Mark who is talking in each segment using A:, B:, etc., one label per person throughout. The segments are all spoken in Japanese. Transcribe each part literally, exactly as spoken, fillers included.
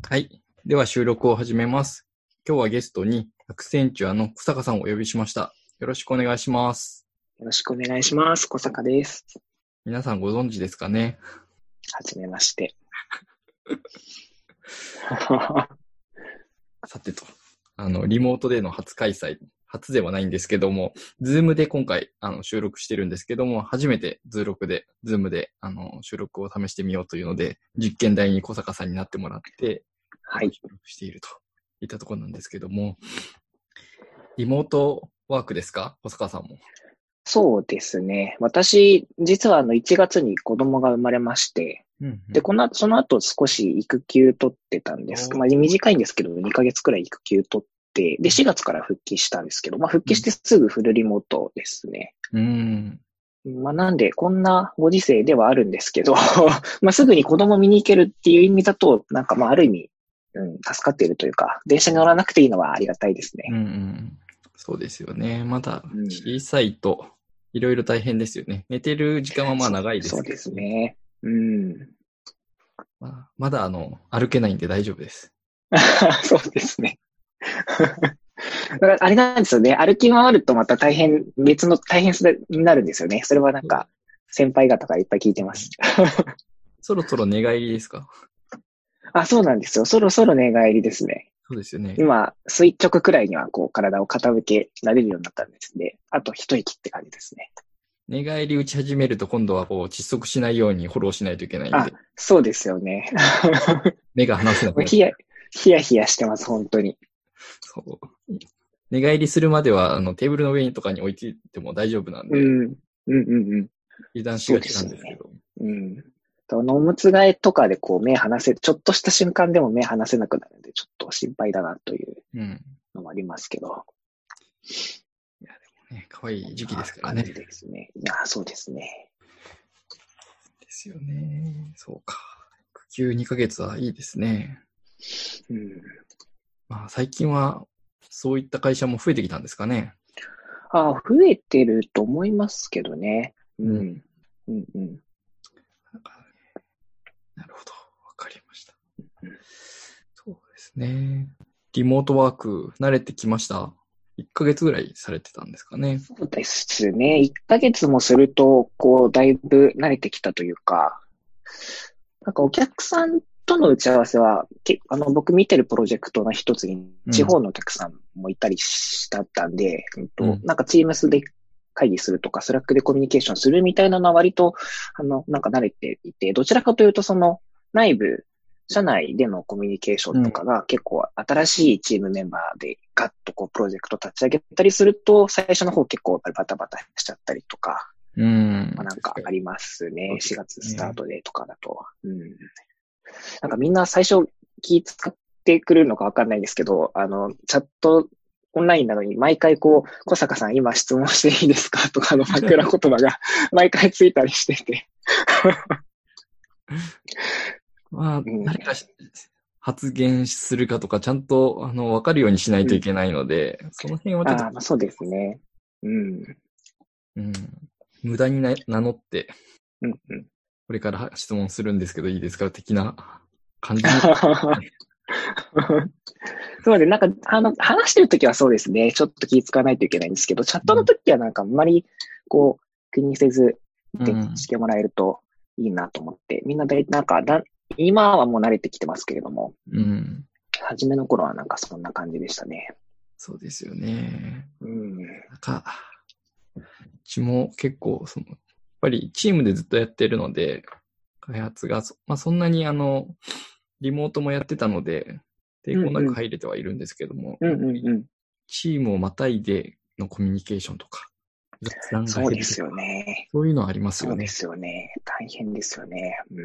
A: はい。では収録を始めます。今日はゲストにアクセンチュアの小坂さんをお呼びしました。よろしくお願いします。
B: よろしくお願いします。小坂です。
A: 皆さんご存知ですかね。
B: はじめまして。
A: さてと、あの、リモートでの初開催、初ではないんですけども、ズームで今回あの収録してるんですけども、初めてズーロクで、ズームであの収録を試してみようというので、実験台に小坂さんになってもらって、
B: はい、
A: 収録しているといったところなんですけども、リモートワークですか、小坂さんも。
B: そうですね。私、実はあのいちがつに子供が生まれまして、うんうん、で、この後、その後少し育休取ってたんです。まあ短いんですけど、にかげつくらい育休取って、で、しがつから復帰したんですけど、まあ復帰してすぐフルリモートですね。
A: うん。
B: まあなんで、こんなご時世ではあるんですけど、まあすぐに子供見に行けるっていう意味だと、なんかまあある意味、うん、助かっているというか、電車に乗らなくていいのはありがたいですね。
A: うんうん、そうですよね。まだ小さいといろいろ大変ですよね。寝てる時間はまあ長いですけど、ね、
B: そうですね。うん。
A: まあ、まだあの歩けないんで大丈夫です。
B: そうですね。だからあれなんですよね。歩き回るとまた大変、別の大変さになるんですよね。それはなんか、先輩方からいっぱい聞いてます。
A: そろそろ寝返りですか？
B: あ、そうなんですよ。そろそろ寝返りですね。
A: そうですよね。
B: 今、垂直くらいにはこう体を傾けられるようになったんですね。あと一息って感じですね。
A: 寝返り打ち始めると今度はこう窒息しないようにフォローしないといけないんで。
B: あ、そうですよね。
A: 目が離せなくなる。
B: ヒヤ、ヒヤヒヤしてます、本当に。
A: そう。寝返りするまではあのテーブルの上にとかに置いてても大丈夫なんで。
B: うん。うんうんうん。
A: 油断しがちなんですけど。
B: うね、うん。おむつ替えとかでこう目離せ、ちょっとした瞬間でも目離せなくなるので、ちょっと心配だなというのもありますけど。うん、
A: いや、でもね、可愛い時期ですからね。
B: 感じですね。いや、そうですね。
A: ですよね。そうか。育休にかげつはいいですね。
B: うん。
A: まあ、最近はそういった会社も増えてきたんですかね。
B: ああ、増えてると思いますけどね。うん。うん、うん、うん。
A: なるほど。わかりました。そうですね。リモートワーク慣れてきました？いっかげつぐらいされてたんですかね。
B: そうですね。いっかげつもすると、こう、だいぶ慣れてきたというか、なんかお客さんとの打ち合わせは、けあの、僕見てるプロジェクトの一つに、地方のお客さんもいたりしたったんで、うんと、うん、なんか Teams で会議するとか、Slack でコミュニケーションするみたいなのは割と、あの、なんか慣れていて、どちらかというとその、内部、社内でのコミュニケーションとかが結構新しいチームメンバーでガッとこうプロジェクト立ち上げたりすると、最初の方結構バタバタしちゃったりとか、
A: うん、
B: まあ、なんかありますね。しがつスタートでとかだと。うん、なんかみんな最初気使ってくるのかわかんないんですけど、あの、チャットオンラインなのに毎回こう、小坂さん今質問していいですかとかの枕言葉が毎回ついたりしてて。
A: まあ、誰が発言するかとかちゃんとあの分かるようにしないといけないので、うん、その辺はちょっと。
B: ああ、まあそうですね。うん。
A: うん。無駄にな名乗って、
B: うんうん、
A: これから質問するんですけどいいですか的な感じに。
B: そうで、なんか、あの、話してるときはそうですね。ちょっと気使わないといけないんですけど、チャットのときはなんかあんまり、こう、気にせず、してもらえるといいなと思って、うん、みんなだいなんかだ、今はもう慣れてきてますけれども、
A: うん。
B: 初めの頃はなんかそんな感じでしたね。
A: そうですよね。
B: うん。
A: なんか、うちも結構、その、やっぱりチームでずっとやってるので、開発が、まあそんなにあの、リモートもやってたので、抵抗なく入れてはいるんですけども、
B: うんうんうん、
A: チームをまたいでのコミュニケーションとか、雑談が減るとか、
B: そうですよね。
A: そういうのはありますよね。
B: そうですよね。大変ですよね。うん。うん、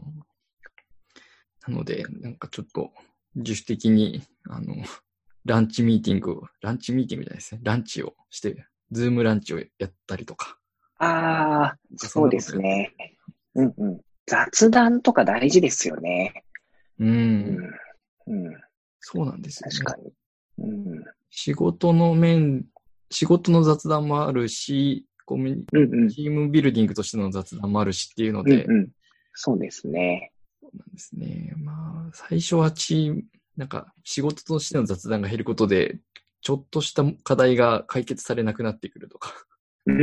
A: なので、なんかちょっと自主的に、あの、ランチミーティングを、ランチミーティングじゃないですね。ランチをして、ズームランチをやったりとか。
B: ああ、そうですね。うんうん。雑談とか大事ですよね。
A: うん。
B: うん。うん、
A: そうなんですよね。
B: 確かに。うん、
A: 仕事の面、仕事の雑談もあるし、コミュニ、うんうん、チームビルディングとしての雑談もあるしっていうので、
B: うんうん、そうですね。
A: うなんですね。まあ、最初はチーム、なんか仕事としての雑談が減ることで、ちょっとした課題が解決されなくなってくるとか、
B: うん。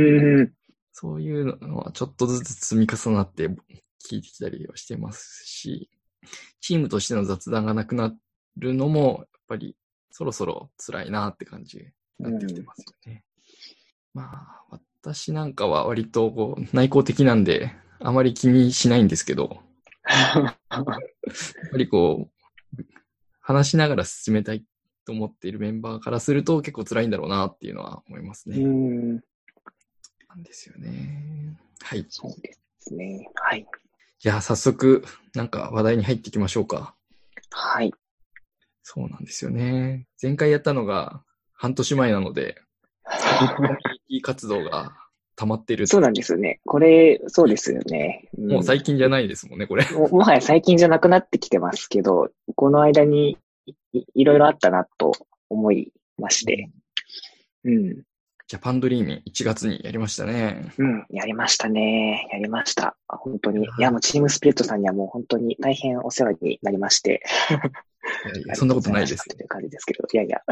A: そういうのはちょっとずつ積み重なって聞いてきたりはしてますし、チームとしての雑談がなくなるのも、やっぱりそろそろ辛いなって感じになってきてますよね。うん、まあ、私なんかは割とこう内向的なんで、あまり気にしないんですけど、やっぱりこう、話しながら進めたいと思っているメンバーからすると結構辛いんだろうなっていうのは思いますね。
B: うん。
A: なんですよね。はい。
B: そうですね。はい。
A: じゃあ早速、なんか話題に入っていきましょうか。
B: はい。
A: そうなんですよね。前回やったのが半年前なので、コミュニティ活動が溜まってる。
B: そうなんですよね。これ、そうですよね。うん、
A: もう最近じゃないですもんね、これ。
B: も。もはや最近じゃなくなってきてますけど、この間に い, いろいろあったなと思いまして。うん。
A: ジャパンドリーミンいちがつにやりましたね。
B: うん、やりましたね。やりました。本当に。いや、もうチームスピリットさんにはもう本当に大変お世話になりまして。
A: いやいや、そんなことないですよ。
B: という感じですけど、いやいや。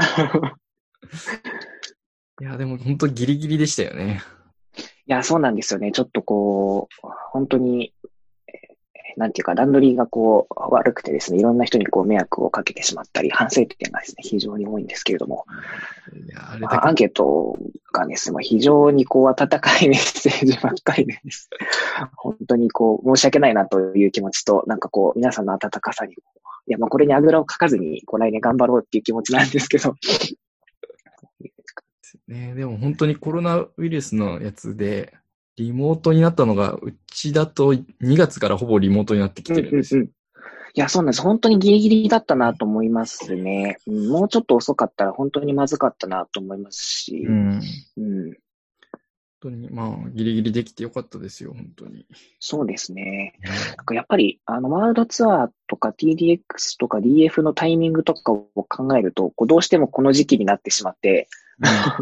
A: いや、でも本当ギリギリでしたよね。
B: いや、そうなんですよね。ちょっとこう、本当に、なんていうか、段取りがこう、悪くてですね、いろんな人にこう、迷惑をかけてしまったり、反省点がですね、非常に多いんですけれども、
A: いや、あれだけ、
B: まあ、アンケートがですね、非常にこう、温かいメッセージばっかりです。本当にこう、申し訳ないなという気持ちと、なんかこう、皆さんの温かさに、いや、まあ、これにあぐらをかかずに、こう、来年頑張ろうっていう気持ちなんですけど。
A: ね、でも本当にコロナウイルスのやつで、リモートになったのが、うちだとにがつからほぼリモートになってきてるんですよ。
B: うんうんうん、いや、そうなんです。本当にギリギリだったなと思いますね。うん、もうちょっと遅かったら本当にまずかったなと思いますし。
A: うん。
B: うん、
A: 本当に、まあ、ギリギリできてよかったですよ、本当に。
B: そうですね。なんかやっぱり、あの、ワールドツアーとか ティーディーエックス とか ディーエフ のタイミングとかを考えると、こうどうしてもこの時期になってしまって、うん、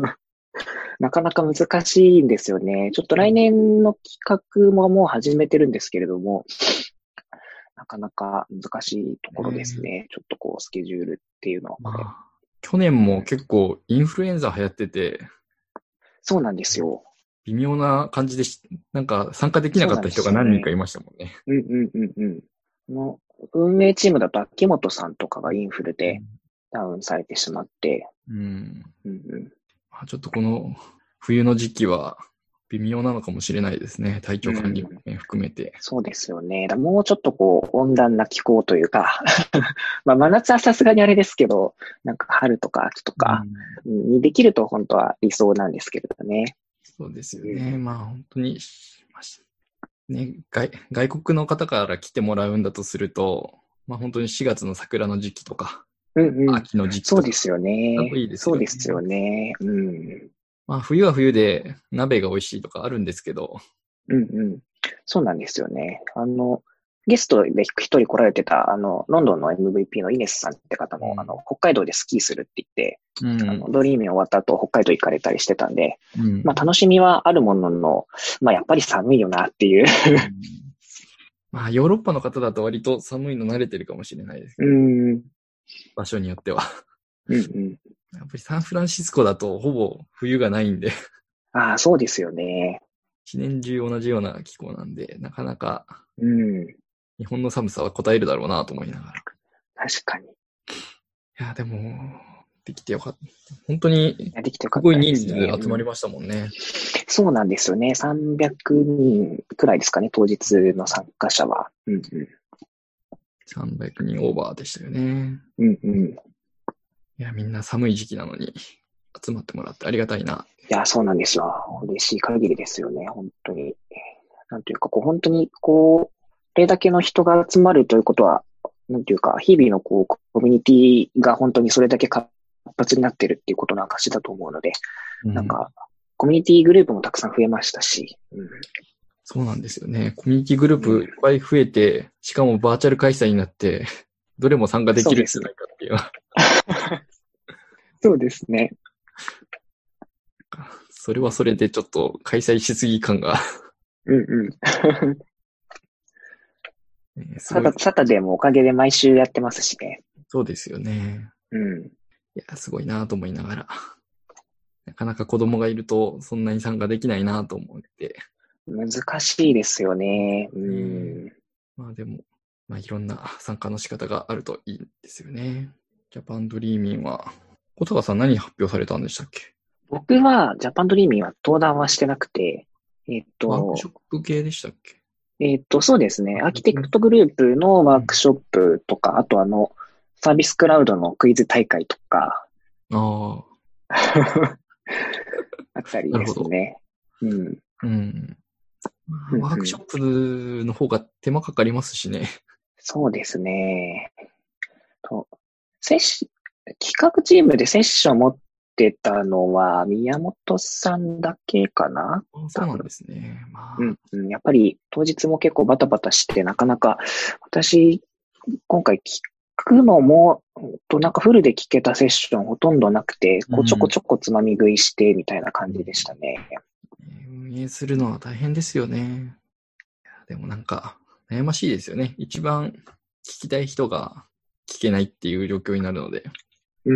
B: なかなか難しいんですよね。ちょっと来年の企画ももう始めてるんですけれども、なかなか難しいところですね。ね、ちょっとこう、スケジュールっていうのはこれ、まあ。
A: 去年も結構インフルエンザ流行ってて。
B: そうなんですよ。
A: 微妙な感じでし、なんか参加できなかった人が何人かいましたもんね。
B: う, ね、うんうんうんうん。の運営チームだと秋元さんとかがインフルでダウンされてしまって。
A: うん。うん
B: うんうん、
A: まあ、ちょっとこの冬の時期は微妙なのかもしれないですね。体調管理も、ね、うん、含めて。
B: そうですよね。だもうちょっとこう温暖な気候というか、まあ真夏はさすがにあれですけど、なんか春とか秋とかにできると本当は理想なんですけれどね。
A: そうですよね。うん、まあ本当に、ね、外、外国の方から来てもらうんだとすると、まあ本当にしがつの桜の時期とか、
B: うんうん、
A: 秋の時期とか。
B: そうですよね。
A: いいですよね。
B: そうですよね。うん。
A: まあ冬は冬で鍋が美味しいとかあるんですけど。
B: うんうん。そうなんですよね。あの、ゲストで一人来られてた、あの、ロンドンの エムブイピー のイネスさんって方も、うん、あの、北海道でスキーするって言って、うん、あのドリーミン終わった後北海道行かれたりしてたんで、うん、まあ楽しみはあるものの、まあやっぱり寒いよなっていう、うん。
A: まあヨーロッパの方だと割と寒いの慣れてるかもしれないですけど、うん、場所によっては。うんうん、やっぱりサンフランシスコだとほぼ冬がないんで。
B: ああ、そうですよね。
A: 一年中同じような気候なんで、なかなか、
B: うん、
A: 日本の寒さは応えるだろうなと思いながら。
B: 確かに。い
A: や、でも、できてよかった。本当に、すごい人数集まりましたもんね。
B: そうなんですよね。さんびゃくにんくらいですかね、当日の参加者は。うんうん、
A: さんびゃくにんオーバーでしたよね。
B: うんうん。
A: いや、みんな寒い時期なのに集まってもらってありがたいな。
B: いや、そうなんですよ。嬉しい限りですよね、本当に。なんていうか、こう、本当に、こう、これだけの人が集まるということは、なんていうか、日々のこう、コミュニティが本当にそれだけ活発になってるっていうことの証だと思うので、うん、なんか、コミュニティグループもたくさん増えましたし、うん、
A: そうなんですよね。コミュニティグループいっぱい増えて、うん、しかもバーチャル開催になって、どれも参加できるんじゃないかっていう。
B: そうですね。
A: それはそれでちょっと開催しすぎ感が。
B: うんうん。
A: ね、す
B: サタ、
A: ごい。
B: サタデーもおかげで毎週やってますしね。
A: そうですよね。
B: うん。
A: いや、すごいなと思いながら。なかなか子供がいるとそんなに参加できないなと思って。
B: 難しいですよね。う
A: ね、
B: ん。
A: まあでも、まあいろんな参加の仕方があるといいんですよね。ジャパンドリーミンは、小高さん何発表されたんでしたっけ？
B: 僕はジャパンドリーミンは登壇はしてなくて、えっと、
A: ワークショップ系でしたっけ？
B: えっと、そうですね。アーキテクトグループのワークショップとか、あとあの、サービスクラウドのクイズ大会とか、
A: ああ、
B: あったりで
A: なるほど。
B: すね。うん。
A: うん。まあ
B: うんうん、
A: ワークショップの方が手間かかりますしね。
B: そうですね。と、セッシ、企画チームでセッション持ってたのは宮本さんだけかな
A: あ、そう
B: 多分。
A: なんですね。まあ、
B: うん、うん。やっぱり当日も結構バタバタしてなかなか、私、今回聞くのも、となんかフルで聞けたセッションほとんどなくて、こうちょこ
A: うん。
B: ちょこつまみ食いしてみたいな感じでしたね。
A: 運営するのは大変ですよね。いやでもなんか、悩ましいですよね。一番聞きたい人が聞けないっていう状況になるので。
B: うん、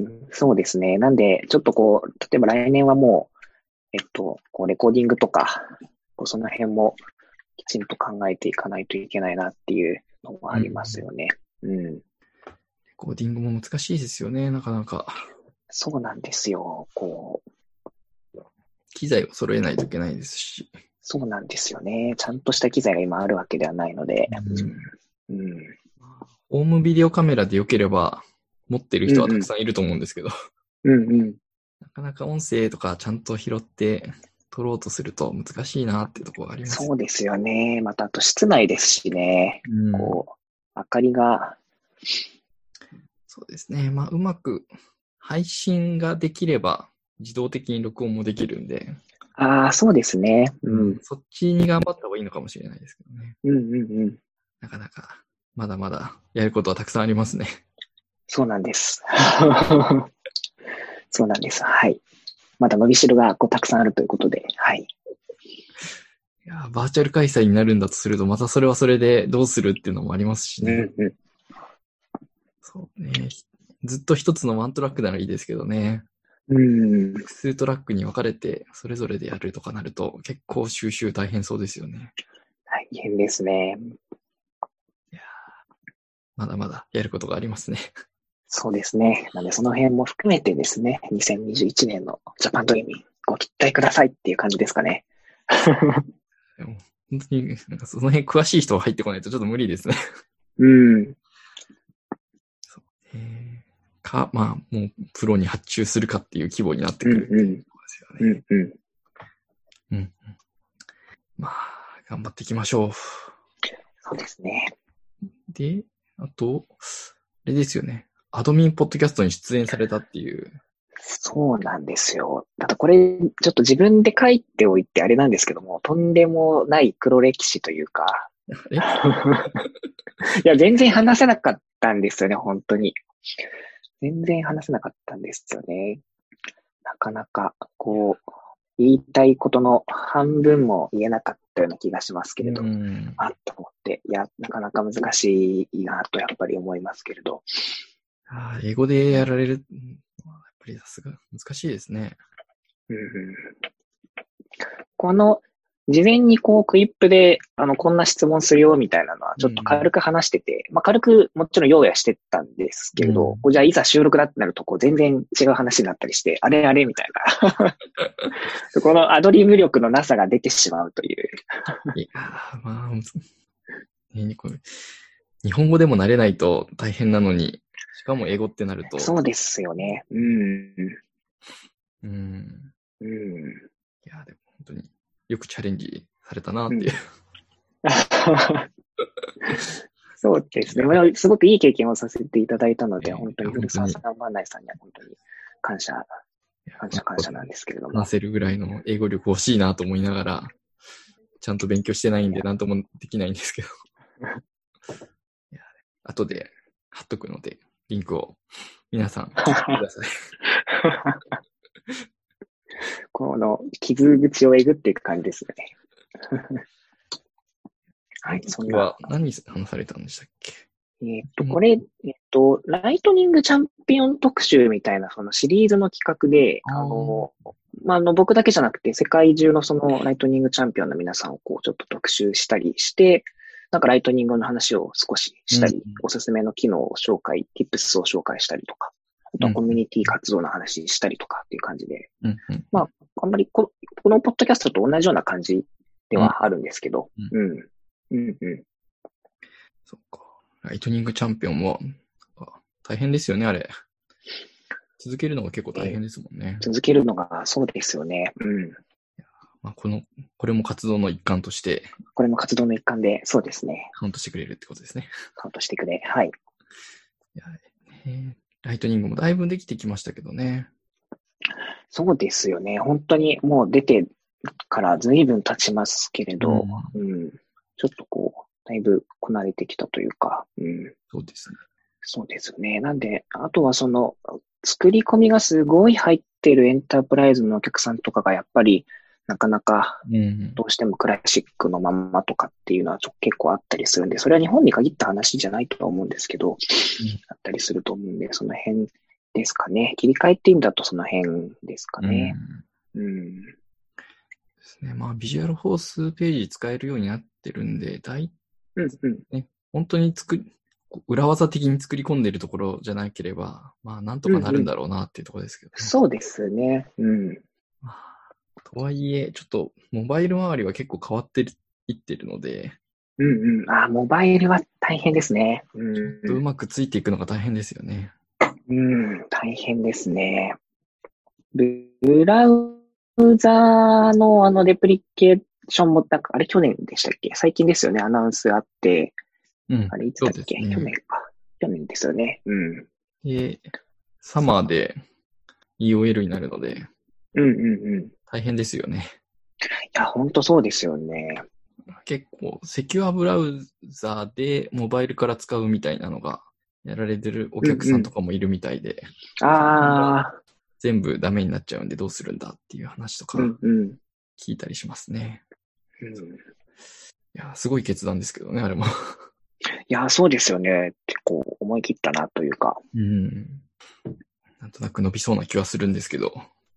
B: そうですね。なんで、ちょっとこう、例えば来年はもう、えっと、こうレコーディングとか、こうその辺もきちんと考えていかないといけないなっていうのがありますよね。うん。
A: レコーディングも難しいですよね、なかなか。
B: そうなんですよ。こう、
A: 機材を揃えないといけないですし。
B: そうなんですよね。ちゃんとした機材が今あるわけではないので。
A: うん、
B: うん。うん。
A: ホームビデオカメラで良ければ持ってる人はたく
B: うんうん。
A: さんいると思うんですけど、
B: うんうん。
A: なかなか音声とかちゃんと拾って撮ろうとすると難しいなっていうところがあります。
B: そうですよね。また、あと室内ですしね。
A: うん、
B: こう、明かりが、
A: そうですね。まあ、うまく配信ができれば自動的に録音もできるんで、
B: ああ、そうですね。う
A: うん、
B: ん。
A: そっちに頑張った方がいいのかもしれないですけどね。
B: うんうんうん。
A: なかなか、まだまだやることはたくさんありますね。
B: そうなんです。そうなんです。はい。まだ伸びしろがこうたくさんあるということで、はい。
A: いや、バーチャル開催になるんだとすると、またそれはそれでどうするっていうのもありますしね。
B: うんうん。
A: そうね。ずっと一つのワントラックならいいですけどね。
B: うん。
A: 複数トラックに分かれて、それぞれでやるとかなると、結構収集大変そうですよね。
B: 大変ですね。
A: いや、まだまだやることがありますね。
B: そうですね。なので、その辺も含めてですね、にせんにじゅういちねんのジャパンドリーミンご期待くださいっていう感じですかね。
A: でも本当に、なんかその辺詳しい人が入ってこないとちょっと無理ですね。
B: うん。
A: そうえーか、まあ、もうプロに発注するかっていう規模になって
B: うん
A: くるっていうところですよね。
B: うん。うんうん。
A: うん。まあ、頑張っていきましょう。
B: そうですね。
A: で、あと、あれですよね。アドミンポッドキャストに出演されたっていう。
B: そうなんですよ。ただこれ、ちょっと自分で書いておいてあれなんですけども、とんでもない黒歴史というか、
A: え
B: いや、全然話せなかったんですよね、本当に。全然話せなかったんですよね。なかなか、こう、言いたいことの半分も言えなかったような気がしますけれど、
A: うん。
B: あっと思って、いや、なかなか難しいなとやっぱり思いますけれど。
A: あー英語でやられる、うんやっぱりさすが難しいですね。
B: うんうん、この、事前にこうクイップで、あの、こんな質問するよみたいなのはちょっと軽く話してて、まあ軽くもちろん用意はしてたんですけれど、こうじゃあいざ収録だってなるとこう全然違う話になったりして、あれあれみたいな。このアドリブ力のなさが出てしまうという。
A: いやーまあ、ねこれ日本語でも慣れないと大変なのに、しかも英語ってなると。
B: そうですよね。うん。
A: うん。
B: うん。
A: いやーでも本当によくチャレンジされたなっていう。
B: うん、そうですね。すごくいい経験をさせていただいたので、えー、本当に古澤さん、万内さんには本当に感謝、感謝感謝なんですけれども。
A: 話せるぐらいの英語力欲しいなと思いながら、ちゃんと勉強してないんで何ともできないんですけど。いや後で貼っとくので、リンクを皆さん聞いてください。
B: この傷口をえぐっていく感じですね。 はい、そん
A: 次
B: な。
A: は何話されたんでしたっけ？
B: えっと、これ、えっと、ライトニングチャンピオン特集みたいなそのシリーズの企画で、あの、まあ、あの、僕だけじゃなくて、世界中のそのライトニングチャンピオンの皆さんをこう、ちょっと特集したりして、なんかライトニングの話を少ししたり、
A: うん
B: おすすめの機能を紹介、tips を紹介したりとか、あとはコミュニティ活動の話したりとかっていう感じで、
A: うんうん
B: まあ、あんまりこ、このポッドキャストと同じような感じではあるんですけど、
A: う
B: うん。うん、うん。
A: そっか。ライトニングチャンピオンも大変ですよね、あれ。続けるのが結構大変ですもんね。
B: 続けるのがそうですよね。うん。
A: まあ、この、これも活動の一環として、
B: これも活動の一環で、そうですね。
A: カウントしてくれるってことですね。
B: カウントしてくれ。はい。
A: いやねライトニングもだいぶできてきましたけどね。
B: そうですよね。本当にもう出てから随分経ちますけれど、
A: う
B: うん、ちょっとこう、だいぶこなれてきたというか、うん、
A: そうですね。
B: そうですよね。なんで、あとはその、作り込みがすごい入ってるエンタープライズのお客さんとかがやっぱり、なかなか
A: うん。
B: どうしてもクラシックのまんまとかっていうのはちょ結構あったりするんで、それは日本に限った話じゃないとは思うんですけど、あったりすると思うんで、その辺ですかね。切り替えって意味だとその辺ですかね。
A: うん。
B: うん。
A: ですね。まあ、ビジュアルフォースページ使えるようになってるんで、大
B: うんうん。
A: ね、本当に作り、裏技的に作り込んでるところじゃなければ、まあ、なんとかなるんだろうなっていうところですけどね。
B: そうですね。うん。
A: まあとはいえ、ちょっと、モバイル周りは結構変わっていってるので、
B: うんうん。あ、モバイルは大変ですね。う
A: ちょっとうんまくついていくのが大変ですよね。
B: うん、大変ですね。ブラウザーのあのデプリケーションも、なんか、あれ去年でしたっけ？最近ですよね。アナウンスあって、
A: うん。
B: あれいつだっけ？
A: そうですね。
B: 去年か。去年ですよね。うん。
A: で、サマーで イーオーエル になるので、
B: うんうんうん。い
A: 大変ですよね。
B: や、ほんとそうですよね。
A: 結構、セキュアブラウザーでモバイルから使うみたいなのがやられてるお客さんとかもいるみたいで、
B: ああ、
A: 全部ダメになっちゃうんでどうするんだっていう話とか
B: うんうん。
A: 聞いたりしますね。
B: うん、
A: いや、すごい決断ですけどね、あれも。
B: いや、そうですよね。結構思い切ったなというか。
A: うん。なんとなく伸びそうな気はするんですけど。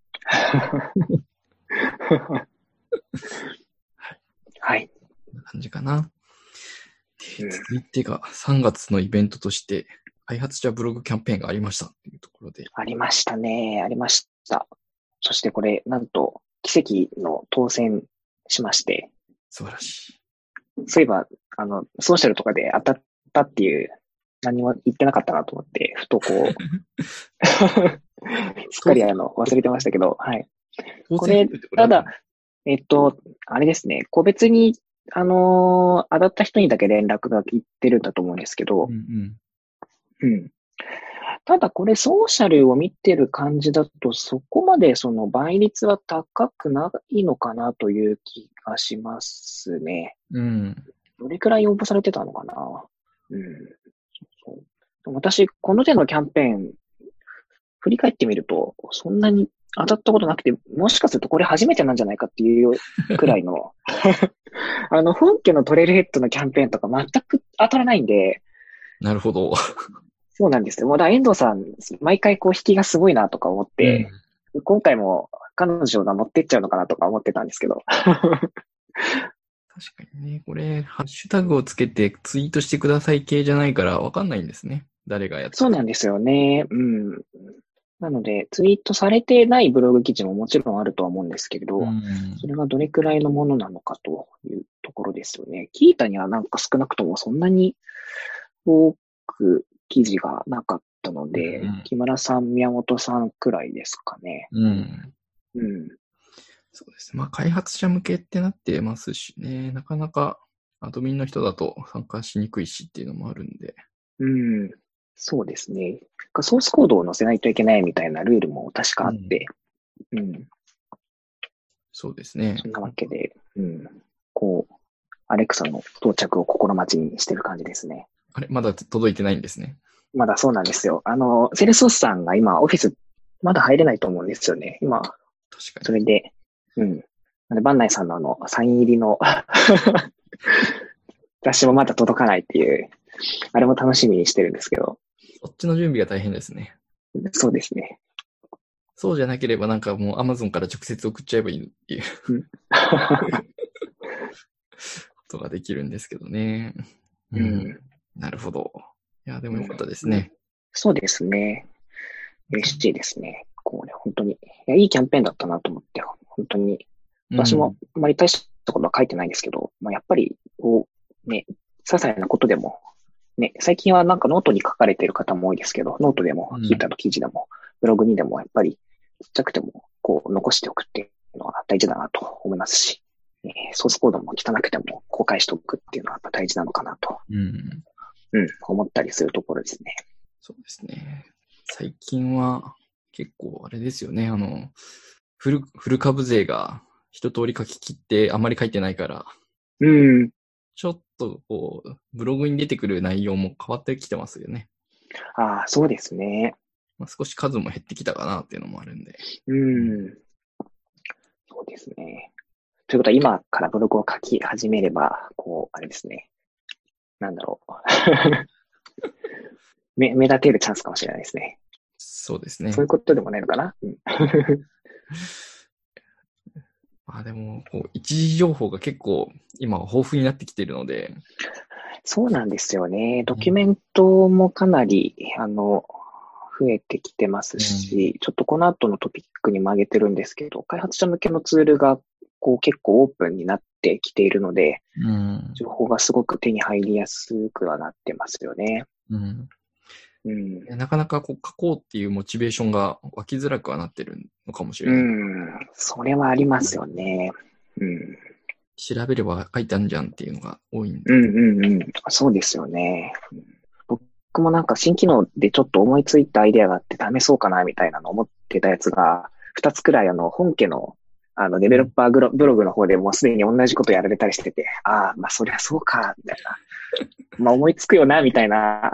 B: はい。
A: こんな感じかな。
B: うん
A: 続いてがさんがつのイベントとして、開発者ブログキャンペーンがありましたっていうところで。
B: ありましたね。ありました。そしてこれ、なんと、奇跡の当選しまして、
A: 素晴らしい。
B: そういえば、あの、ソーシャルとかで当たったっていう、何も言ってなかったなと思って、ふとこう、すっかりあの、忘れてましたけど、はい。これ、ただ、えっと、あれですね、個別に、あのー当たった人にだけ連絡がいってるんだと思うんですけど、
A: うんうん。
B: うん。ただこれソーシャルを見てる感じだとそこまでその倍率は高くないのかなという気がしますね。
A: うん。
B: どれくらい応募されてたのかな。うん。そうそう。私、この手のキャンペーン、振り返ってみると、そんなに当たったことなくて、もしかするとこれ初めてなんじゃないかっていうくらいの、あの、本家のトレイルヘッドのキャンペーンとか全く当たらないんで、
A: なるほど。
B: そうなんですよ。もうだ、遠藤さん、毎回こう引きがすごいなとか思って、うん、今回も彼女が持ってっちゃうのかなとか思ってたんですけど。
A: 確かにね、これ、ハッシュタグをつけてツイートしてください系じゃないからわかんないんですね。誰がやって
B: そうなんですよね。うん。なので、ツイートされてないブログ記事ももちろんあるとは思うんですけれど、うん、それがどれくらいのものなのかというところですよね。キータにはなんか少なくともそんなに多く記事がなかったので、うん、木村さん、宮本さんくらいですかね。
A: うん。
B: うん。
A: そうですね。まあ、開発者向けってなってますしね、なかなかアドミンの人だと参加しにくいしっていうのもあるんで。
B: うん。そうですね。ソースコードを載せないといけないみたいなルールも確かあって、うん。うん、
A: そうですね。
B: そんなわけで、うん。こう、アレクサの到着を心待ちにしてる感じですね。
A: あれ、まだ届いてないんですね。
B: まだそうなんですよ。あの、セールスフォースさんが今、オフィス、まだ入れないと思うんですよね。今、確かに。それで、うん。なんで、バンナイさんのあの、サイン入りの雑誌もまだ届かないっていう、あれも楽しみにしてるんですけど。
A: そっちの準備が大変ですね。
B: そうですね。
A: そうじゃなければなんかもう Amazon から直接送っちゃえばいいっていうことができるんですけどね。うん。うん、なるほど。いや、でもよかったですね。うん、
B: そうですね。嬉しいですね。こうね、本当に。いや、いいキャンペーンだったなと思って、本当に。私もあまり大したことは書いてないんですけど、まあ、やっぱり、こう、ね、些細なことでも、ね、最近はなんかノートに書かれている方も多いですけど、ノートでも、ヒーターの記事でも、ブログにでも、やっぱり、ちっちゃくても、こう、残しておくっていうのは大事だなと思いますし、えー、ソースコードも汚くても公開しておくっていうのはやっぱ大事なのかなと、うん、うん、思ったりするところですね。
A: そうですね。最近は結構あれですよね。あの、フル、フル株税が一通り書き切ってあんまり書いてないから、
B: うん。
A: ちょっとこう、ブログに出てくる内容も変わってきてますよね。
B: ああ、そうですね。
A: まあ、少し数も減ってきたかなっていうのもあるんで。
B: うん。そうですね。ということは今からブログを書き始めれば、こう、あれですね。なんだろう。目、目立てるチャンスかもしれないですね。
A: そうですね。
B: そういうことでもないのかな、うん、
A: まあでも、こう一時情報が結構今は豊富になってきているので。
B: そうなんですよね。ドキュメントもかなり、あの、増えてきてますし、うん、ちょっとこの後のトピックにも挙げてるんですけど、開発者向けのツールがこう結構オープンになってきているので、うん、情報がすごく手に入りやすくはなってますよね。
A: うんうん、なかなかこう書こうっていうモチベーションが湧きづらくはなってるのかもしれない。
B: うん、それはありますよね。うん、
A: 調べれば書いてあるじゃんっていうのが多いんで。
B: うんうんうん。そうですよね。僕もなんか新機能でちょっと思いついたアイデアがあって試そうかなみたいなの思ってたやつが、二つくらいあの本家のあのデベロッパーブロブログの方でもうすでに同じことやられたりしてて、ああ、まあそりゃそうか、みたいな。まあ思いつくよな、みたいな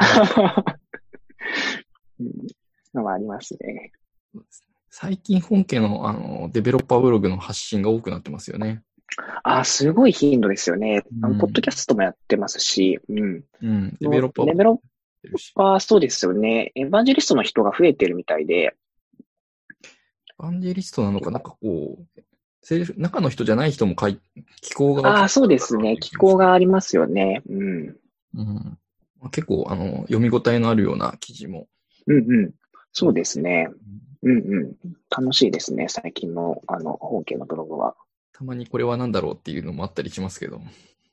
B: のはありますね。
A: 最近本家のあのデベロッパーブログの発信が多くなってますよね。
B: あ、すごい頻度ですよね。あの、ポッドキャストもやってますし、うん。
A: うん。デベロッパー。
B: デベロッパー、そうですよね。エヴァンジェリストの人が増えてるみたいで。エ
A: ヴァンジェリストなのか、なんかこう、中の人じゃない人も書い、機構が。
B: ああ、そうですね。機構がありますよね。うん。
A: うん。結構、あの、読み応えのあるような記事も。
B: うんうん。そうですね。うんうん。楽しいですね。最近の、あの、本家のブログは。
A: たまにこれは何だろうっていうのもあったりしますけど。うん、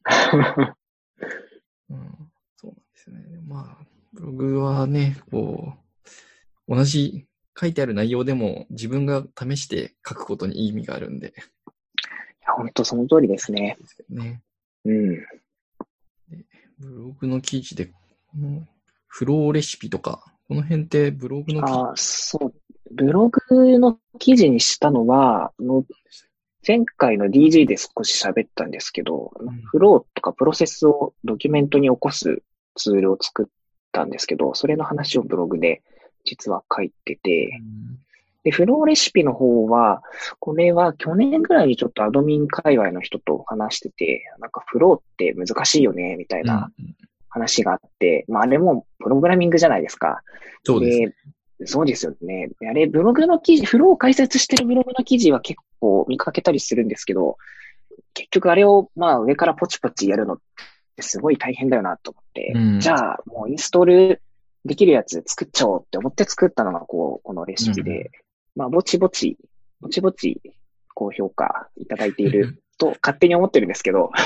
A: そうなんですね。まあ、ブログはね、こう、同じ書いてある内容でも自分が試して書くことに意味があるんで。
B: いや、本当その通りですね。
A: ね。
B: うん。
A: でブログの記事で、このフローレシピとか、この辺ってブログの記事。
B: ああ、そう。ブログの記事にしたのは、の前回の ディージー で少し喋ったんですけど、うん、フローとかプロセスをドキュメントに起こすツールを作ったんですけど、それの話をブログで実は書いてて、うん、で、フローレシピの方は、これは去年ぐらいにちょっとアドミン界隈の人と話してて、なんかフローって難しいよね、みたいな話があって、うん、まああれもプログラミングじゃないですか。
A: そうですね。
B: そうですよね。あれ、ブログの記事、フローを解説してるブログの記事は結構見かけたりするんですけど、結局あれをまあ上からポチポチやるのってすごい大変だよなと思って、うん、じゃあもうインストールできるやつ作っちゃおうって思って作ったのがこう、このレシピで、うん、まあぼちぼち、ぼちぼち高評価いただいていると勝手に思ってるんですけど。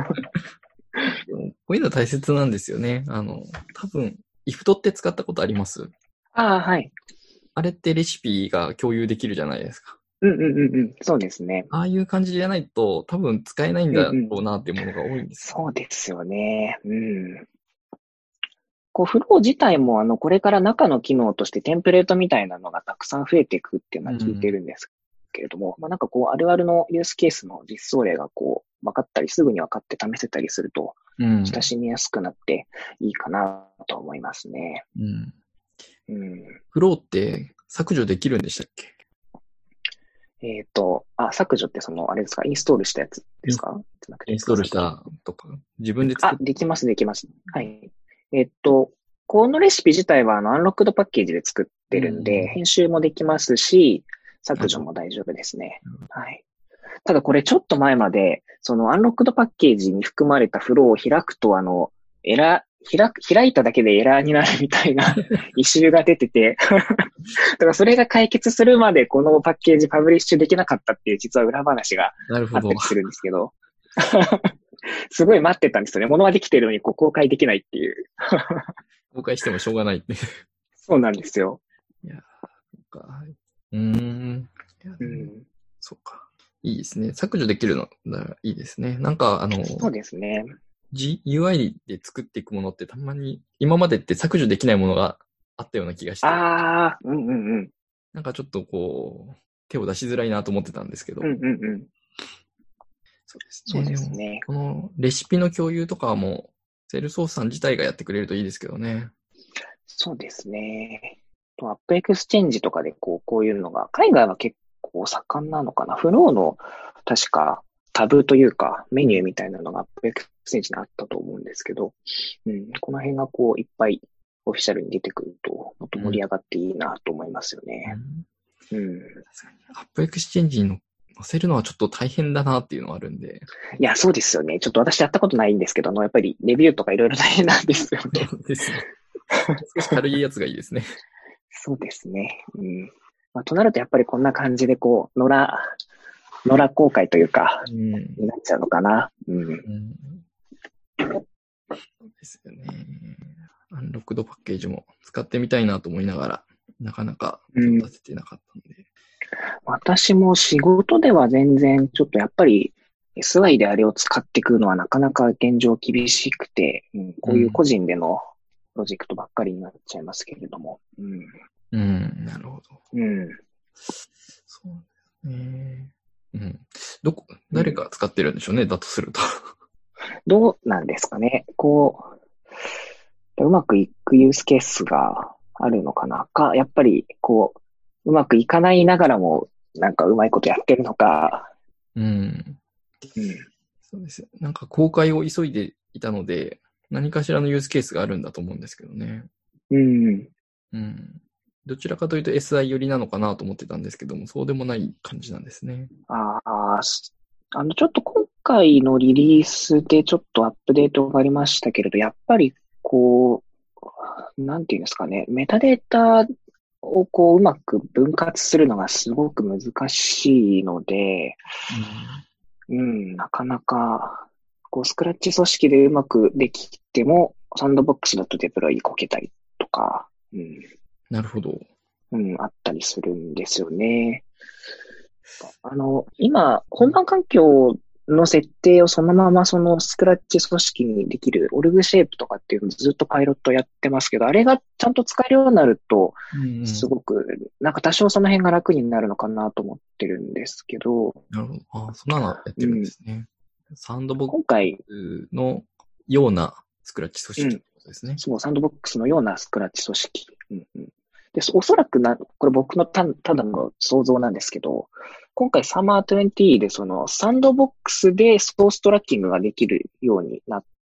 A: こういうの大切なんですよね。あの、多分、イフトって使ったことあります？
B: ああ、はい。
A: あれってレシピが共有できるじゃないですか。
B: うんうんうんうん。そうですね。
A: ああいう感じじゃないと多分使えないんだろうなっていうものが多いんです、
B: うんうん。そうですよね。うん。こう、フロー自体もあの、これから中の機能としてテンプレートみたいなのがたくさん増えていくっていうのは聞いてるんですけれども、うん、まあなんかこう、あるあるのユースケースの実装例がこう、分かったり、すぐに分かって試せたりすると、親しみやすくなっていいかなと思いますね。
A: うん
B: うん、
A: フローって削除できるんでしたっけ？
B: えっと、あ、削除ってその、あれですか、インストールしたやつですか？じゃなくて
A: インストールしたとか、自分で作
B: あ、
A: っ
B: できます、できます。はい。えっと、このレシピ自体はあの、アンロックドパッケージで作ってるんで、
A: うん。
B: 編集もできますし、削除
A: なるほど。
B: も大丈夫ですね。はい。ただこれちょっと前まで、そのアンロックドパッケージに含まれたフローを開くと、あの、エラー、開く、開いただけでエラーになるみたいなイシューが出ててだからそれが解決するまでこのパッケージパブリッシュできなかったっていう実は裏話が
A: なるほど。
B: あったりするんですけどすごい待ってたんですよね。物はできてるのにこう公開できないっていう。
A: 公開してもしょうがないって。
B: そうなんですよ。
A: いやー、そっか。うーん。いや、
B: うん、
A: そうか。いいですね。削除できるの、だからいいですね。なんか、あの、
B: そうですね。
A: G、ユーアイ で作っていくものってたまに、今までって削除できないものがあったような気がして、
B: ああ、うんうんうん。
A: なんかちょっとこう、手を出しづらいなと思ってたんですけど、
B: うんうんうん。
A: そうです
B: そう
A: ね。でも、
B: ですね。
A: このレシピの共有とかはもう、セールソースさん自体がやってくれるといいですけどね。
B: そうですね。と、アップエクスチェンジとかでこう、こういうのが、海外は結構盛んなのかな。フローの、確か、タブというか、メニューみたいなのがアップエクスチェンジにあったと思うんですけど、うん、この辺がこう、いっぱいオフィシャルに出てくると、もっと盛り上がっていいなと思いますよね。
A: うん、
B: うん。
A: 確かに。アップエクスチェンジに載せるのはちょっと大変だなっていうのはあるんで。
B: いや、そうですよね。ちょっと私やったことないんですけど、あのやっぱりレビューとかいろいろ大変なんですよね。
A: そうですね。少し軽いやつがいいですね。
B: そうですね。うん。まあ、となるとやっぱりこんな感じでこう、野良、野良公開というか、
A: うん。
B: になっちゃうのかな。うん。
A: うん。そうですよね。アンロックドパッケージも使ってみたいなと思いながら、なかなか手を出せてなかったんで。
B: 私も仕事では全然ちょっとやっぱり エスアイ であれを使っていくのはなかなか現状厳しくて、うん、こういう個人でのプロジェクトばっかりになっちゃいますけれども。うん。
A: うん、なるほど。
B: うん。
A: そうですね。うん。どこ、誰が使ってるんでしょうね、だとすると。
B: どうなんですかね。こう、うまくいくユースケースがあるのかなか、やっぱりこう、うまくいかないながらも、なんかうまいことやってるのか。
A: うん。
B: うん。
A: そうですよ。なんか公開を急いでいたので、何かしらのユースケースがあるんだと思うんですけどね。
B: うん。
A: うん。どちらかというと エスアイ 寄りなのかなと思ってたんですけども、そうでもない感じなんですね。
B: ああ、すあの、ちょっと今回のリリースでちょっとアップデートがありましたけれど、やっぱりこう、なんていうんですかね、メタデータをこう、うまく分割するのがすごく難しいので、うん、なかなか、こう、スクラッチ組織でうまくできても、サンドボックスだとデプロイこけたりとか、うん、
A: なるほど。
B: うん、あったりするんですよね。あの、今、本番環境の設定をそのままそのスクラッチ組織にできるオルグシェイプとかっていうのをずっとパイロットやってますけど、あれがちゃんと使えるようになると、
A: うんうん、
B: すごく、なんか多少その辺が楽になるのかなと思ってるんですけど、
A: なるほど。ああ、そんなのやってるんですね。うん、サンドボック
B: 今回、
A: スのようなスクラッチ組織ってことですね。
B: そう、サンドボックスのようなスクラッチ組織。うんうん、で、おそらくな、これ僕のたただの想像なんですけど、今回サマーにじゅうでそのサンドボックスでソーストラッキングができるようになって、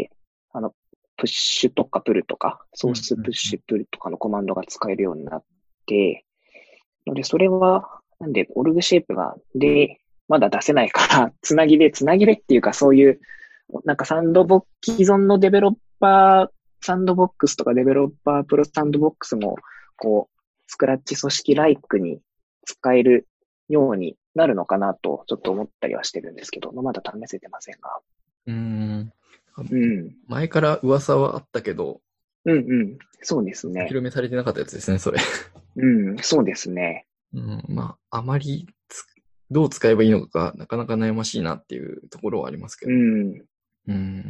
B: あの、プッシュとかプルとか、ソースプッシュプルとかのコマンドが使えるようになって、ので、それは、なんで、オルグシェイプが、で、まだ出せないから、つなぎで、つなぎでっていうか、そういう、なんかサンドボックス、既存のデベロッパー、サンドボックスとかデベロッパープロサンドボックスも、こう、スクラッチ組織ライクに使えるようになるのかなと、ちょっと思ったりはしてるんですけど、まだ試せてませんが。
A: うーん。
B: うん。
A: 前から噂はあったけど、
B: うんうん。そうです
A: お披
B: ね。
A: 露目されてなかったやつですね、それ。
B: うん、そうですね。
A: うん、まあ、あまりつどう使えばいいのか、なかなか悩ましいなっていうところはありますけど。
B: うん。
A: うん、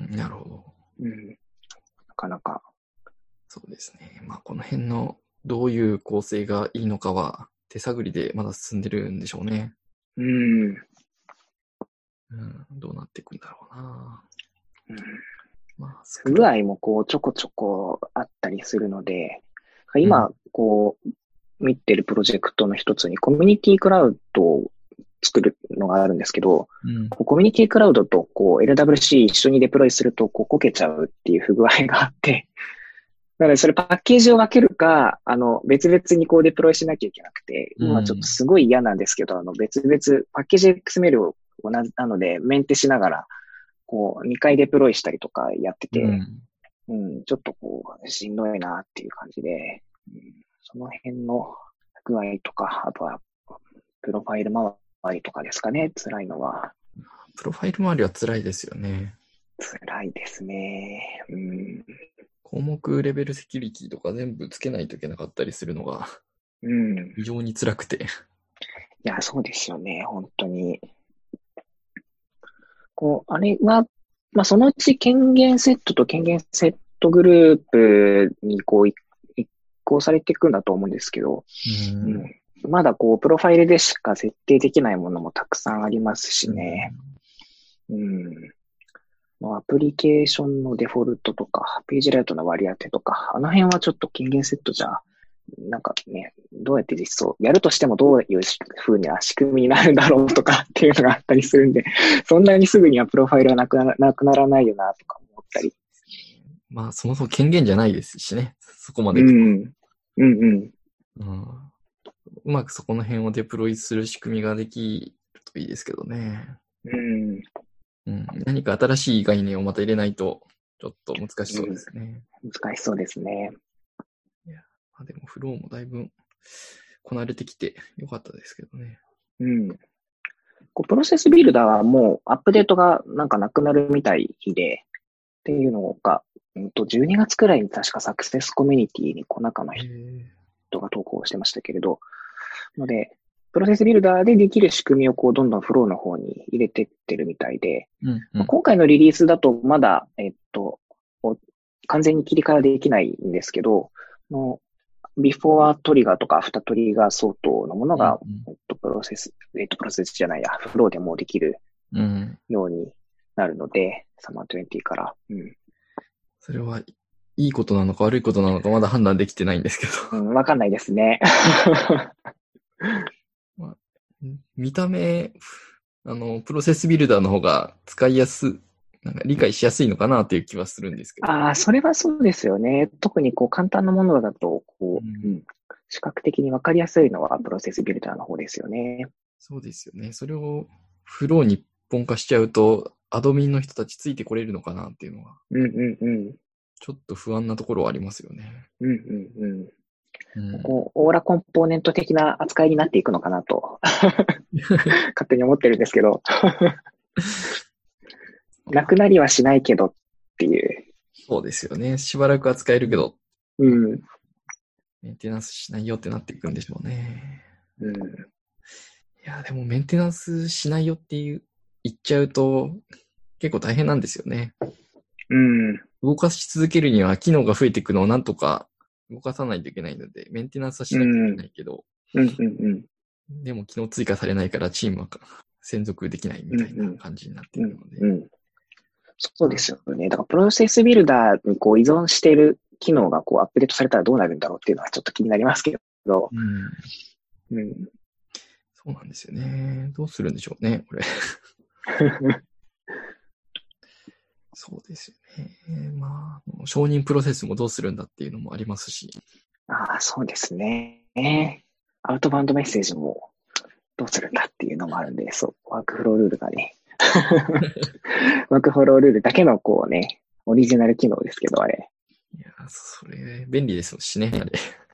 A: なるほど。
B: うん。なかなか。
A: そうですね。まあ、この辺のどういう構成がいいのかは手探りでまだ進んでるんでしょうね。
B: うん。
A: うん、どうなっていくんだろうな。
B: うん、
A: まあ、
B: 不具合もこうちょこちょこあったりするので、今、こう、 見てるプロジェクトの一つにコミュニティクラウドを作るのがあるんですけど、
A: うん。
B: こうコミュニティクラウドとこう エルダブリューシー 一緒にデプロイするとこうこけちゃうっていう不具合があって、なのでそれパッケージを分けるか、あの別々にこうデプロイしなきゃいけなくて、今ちょっとすごい嫌なんですけど、あの別々、パッケージ エックスエムエル を同じなのでメンテしながら、こうにかいデプロイしたりとかやってて、
A: うん、
B: うん、ちょっとこうしんどいなっていう感じで、うん、その辺の具合とか、あとはプロファイル周りとかですかね、辛いのは。
A: プロファイル周りは辛いですよね。
B: 辛いですね。うん、
A: 項目レベルセキュリティとか全部つけないといけなかったりするのが、
B: うん、
A: 非常に辛くて。
B: いや、そうですよね、本当に。こう、あれは、まあ、そのうち権限セットと権限セットグループにこう、移行されていくんだと思うんですけど、
A: うん
B: うん、まだこう、プロファイルでしか設定できないものもたくさんありますしね。うん。アプリケーションのデフォルトとか、ページライトの割り当てとか、あの辺はちょっと権限セットじゃ、なんかね、どうやって実装、やるとしてもどういう風な仕組みになるんだろうとかっていうのがあったりするんで、そんなにすぐにはプロファイルはなくななくならないよなとか思ったり。
A: まあ、そもそも権限じゃないですしね。そこまで。
B: うん。うんうん。
A: うん、うまくそこの辺をデプロイする仕組みができるといいですけどね。
B: うん
A: うん、何か新しい概念をまた入れないと、ちょっと難しそうですね。
B: うん、難しそうですね。
A: いや、まあ、でもフローもだいぶこなれてきてよかったですけどね。
B: うん。こうプロセスビルダーはもうアップデートがなんかなくなるみたいで、っていうのが、うんと、じゅうにがつくらいに確かサクセスコミュニティにこう中の人が投稿してましたけれど、ので、プロセスビルダーでできる仕組みをこうどんどんフローの方に入れてってるみたいで、
A: うんうん、
B: 今回のリリースだとまだ、えっと、完全に切り替えはできないんですけど、のビフォートリガーとかアフタートリガー相当のものが、
A: うんうん、
B: えっと、プロセス、えっと、プロセスじゃないや、フローでもできるようになるので、うん、サマーにじゅうから。うん。
A: それはいいことなのか悪いことなのかまだ判断できてないんですけど。
B: うん、わかんないですね。
A: まあ、見た目、あの、プロセスビルダーの方が使いやす、なんか理解しやすいのかなっていう気はするんですけど。
B: ああ、それはそうですよね。特にこう簡単なものだと、こう、うん、視覚的にわかりやすいのはプロセスビルダーの方ですよね。
A: そうですよね。それをフローに一本化しちゃうと、アドミンの人たちついてこれるのかなっていうのは、
B: うんうんうん。
A: ちょっと不安なところはありますよね。
B: うんうんうん。
A: うん、こ
B: うオーラコンポーネント的な扱いになっていくのかなと勝手に思ってるんですけどなくなりはしないけどっていう。
A: そうですよね。しばらくは使えるけど、
B: うん、
A: メンテナンスしないよってなっていくんでしょうね。
B: うん、
A: いや、でもメンテナンスしないよっていう言っちゃうと結構大変なんですよね。
B: うん、
A: 動かし続けるには機能が増えていくのをなんとか動かさないといけないので、メンテナンスはしなきゃいけないけど、
B: うんうんうんうん、
A: でも機能追加されないからチームは専属できないみたいな感じになっているので。
B: うんうんうん、そうですよね。だからプロセスビルダーにこう依存している機能がこうアップデートされたらどうなるんだろうっていうのはちょっと気になりますけど。
A: うん。
B: うん、
A: そうなんですよね。どうするんでしょうね、これ。そうですよね。まあ、承認プロセスもどうするんだっていうのもありますし。
B: ああ、そうですね。アウトバウンドメッセージもどうするんだっていうのもあるんで、そう、ワークフロールールがね。ワークフロールールだけのこうね、オリジナル機能ですけど、あれ。
A: いや、それ、便利ですしね、あれ。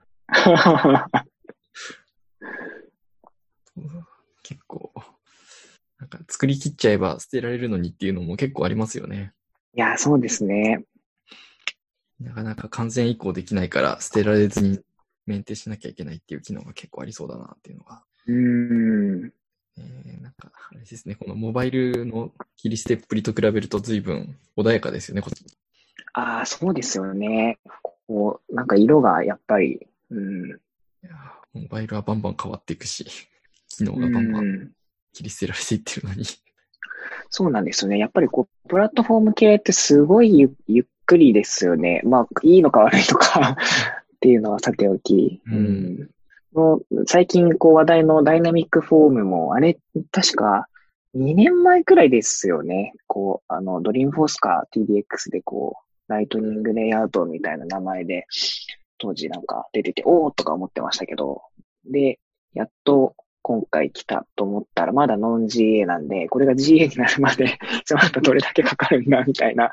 A: 結構、なんか作り切っちゃえば捨てられるのにっていうのも結構ありますよね。
B: いや、そうですね。
A: なかなか完全移行できないから捨てられずにメンテしなきゃいけないっていう機能が結構ありそうだなっていうのが。
B: うーん。
A: えー、なんか、あれですね、このモバイルの切り捨てっぷりと比べると随分穏やかですよね、こっち。
B: ああ、そうですよね。こう、なんか色がやっぱり、うん。
A: いやモバイルはバンバン変わっていくし、機能がバンバン切り捨てられていってるのに。
B: そうなんですよね。やっぱりこう、プラットフォーム系ってすごいゆゆっくりですよね。まあ、いいのか悪いのかっていうのはさておき。
A: うん。うん、
B: もう最近こう話題のダイナミックフォームも、あれ、確かにねんまえくらいですよね。こう、あの、ドリームフォースか ティーディーエックス でこう、ライトニングレイアウトみたいな名前で、当時なんか出てて、おーとか思ってましたけど、で、やっと今回来たと思ったら、まだノン ジーエー なんで、これが ジーエー になるまで、ちょっとどれだけかかるんだ、みたいな。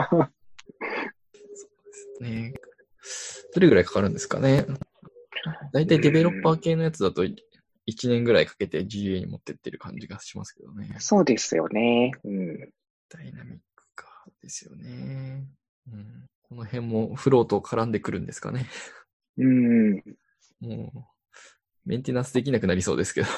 A: ね。どれぐらいかかるんですかね。だいたいデベロッパー系のやつだといちねんぐらいかけて ジーエー に持ってってる感じがしますけどね。
B: そうですよね。うん。
A: ダイナミックかですよね。うん、この辺もフローと絡んでくるんですかね。
B: うん。
A: もう、メンテナンスできなくなりそうですけど。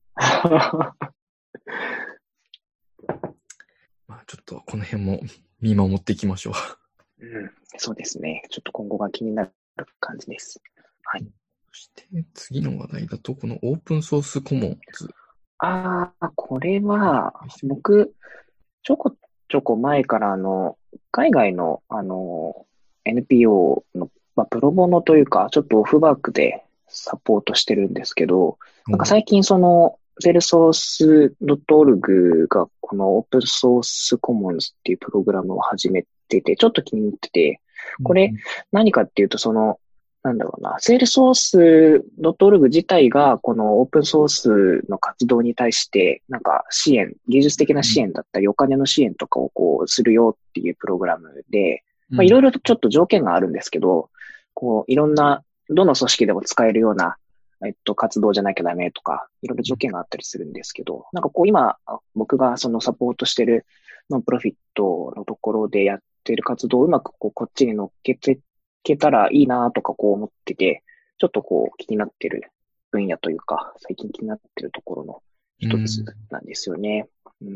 A: まあちょっとこの辺も見守っていきましょ
B: うん、そうですね。ちょっと今後が気になる感じです。はい。
A: う。そして次の話題だと、このオープンソースコモンズ。
B: ああ、これは、僕、ちょこちょこ前からあの、海外のあの、エヌピーオー の、まあ、プロボノというか、ちょっとオフワークでサポートしてるんですけど、なんか最近その、セールソース ドットオルグ がこのオープンソースコモンズっていうプログラムを始めてて、ちょっと気に入ってて、これ何かっていうとその、なんだろうな、セールソース ドットオルグ 自体がこのオープンソースの活動に対してなんか支援、技術的な支援だったりお金の支援とかをこうするよっていうプログラムで、まあいろいろとちょっと条件があるんですけど、こういろんな、どの組織でも使えるようなえっと、活動じゃなきゃダメとか、いろいろ条件があったりするんですけど、なんかこう今、僕がそのサポートしてるノンプロフィットのところでやってる活動をうまくこうこっちに乗っけていけたらいいなとかこう思ってて、ちょっとこう気になってる分野というか、最近気になってるところの一つなんですよね。うん、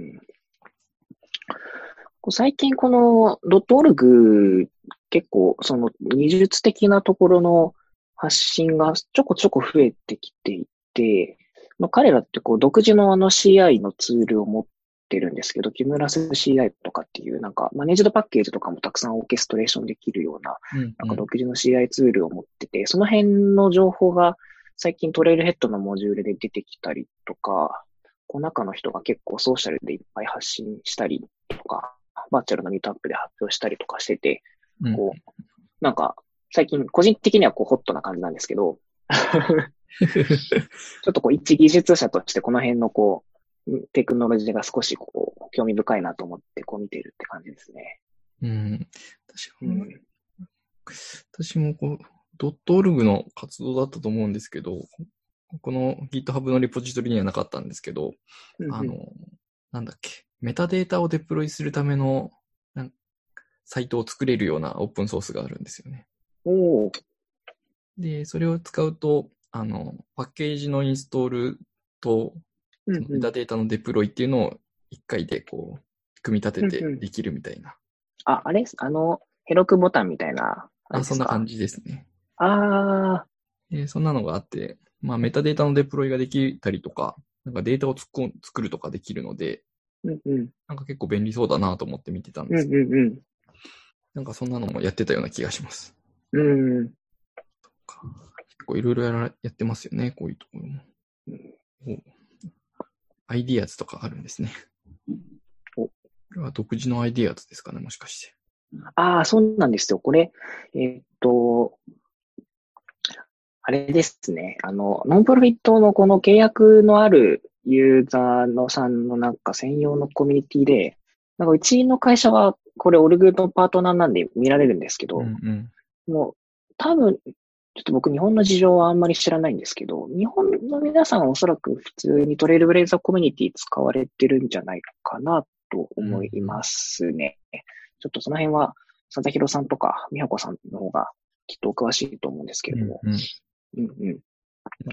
B: 最近このドットオルグ結構その技術的なところの発信がちょこちょこ増えてきていて、まあ、彼らってこう独自のあの シーアイ のツールを持ってるんですけど、キュムラス シーアイ とかっていうなんかマネージドパッケージとかもたくさんオーケストレーションできるような、なんか独自の シーアイ ツールを持ってて、その辺の情報が最近トレイルヘッドのモジュールで出てきたりとか、この中の人が結構ソーシャルでいっぱい発信したりとか、バーチャルのミートアップで発表したりとかしてて、こう、なんか、最近個人的にはこうホットな感じなんですけど、ちょっとこう一技術者としてこの辺のこう、テクノロジーが少しこう、興味深いなと思ってこう見ているって感じですね。
A: うん。確かに。うん、私もこう、ドットオルグの活動だったと思うんですけど、この GitHub のレポジトリにはなかったんですけど、うんうん、あの、なんだっけ、メタデータをデプロイするためのサイトを作れるようなオープンソースがあるんですよね。
B: お
A: で、それを使うと、あの、パッケージのインストールと、そのメタデータのデプロイっていうのを一回でこう、組み立ててできるみたいな。
B: うんうん、あ、あれあの、ヘロクボタンみたいなあ。
A: あ、そんな感じですね。
B: ああ。
A: で、そんなのがあって、まあ、メタデータのデプロイができたりとか、なんかデータを突っ込作るとかできるので、
B: うんうん、なん
A: か結構便利そうだなと思って見てたんですけど、うんうんうん、なんかそんなのもやってたような気がします。
B: うん。結
A: 構いろいろやってますよね、こういうところも。うん、アイディアズとかあるんですね。お、これは独自のアイディアズですかね、もしかして。
B: ああ、そうなんですよ。これ、えー、っと、あれですね。あの、ノンプロフィットのこの契約のあるユーザーのさんのなんか専用のコミュニティで、なんかうちの会社はこれオルグのパートナーなんで見られるんですけど、うんうん、もう多分、ちょっと僕日本の事情はあんまり知らないんですけど、日本の皆さんはおそらく普通にトレイルブレイザーコミュニティ使われてるんじゃないかなと思いますね。うん、ちょっとその辺は、佐々広さんとか美穂子さんの方がきっとお詳しいと思うんですけれども、うんうんうんうん。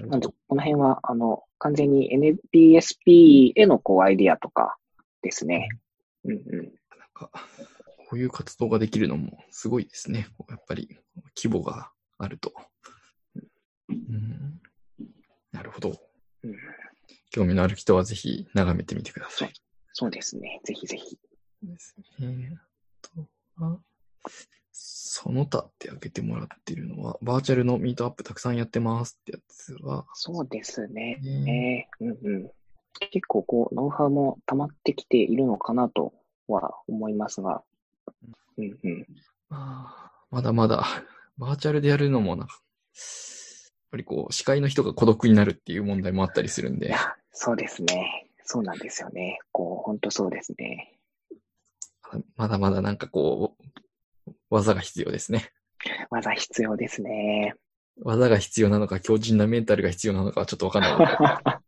B: なんで、この辺は、あの、完全に エヌピーエスピー へのこうアイディアとかですね。うんうん。なん
A: か、こういう活動ができるのもすごいですね。やっぱり、規模があると。うん、なるほど、うん。興味のある人はぜひ眺めてみてください。
B: そうですね。ぜひぜひ。ですね。
A: あとはその他って開けてもらってるのは、バーチャルのミートアップたくさんやってますってやつは、
B: そうですね。
A: ね、
B: えーうんうん。結構こう、ノウハウも溜まってきているのかなとは思いますが、うんうん。
A: まあ、まだまだ、バーチャルでやるのもな、やっぱりこう、司会の人が孤独になるっていう問題もあったりするんで、
B: いや、そうですね。そうなんですよね。こう、本当そうですね。
A: まだまだなんかこう、技が必要ですね。
B: 技必要ですね。
A: 技が必要なのか、強靭なメンタルが必要なのかはちょっとわかんないですけど。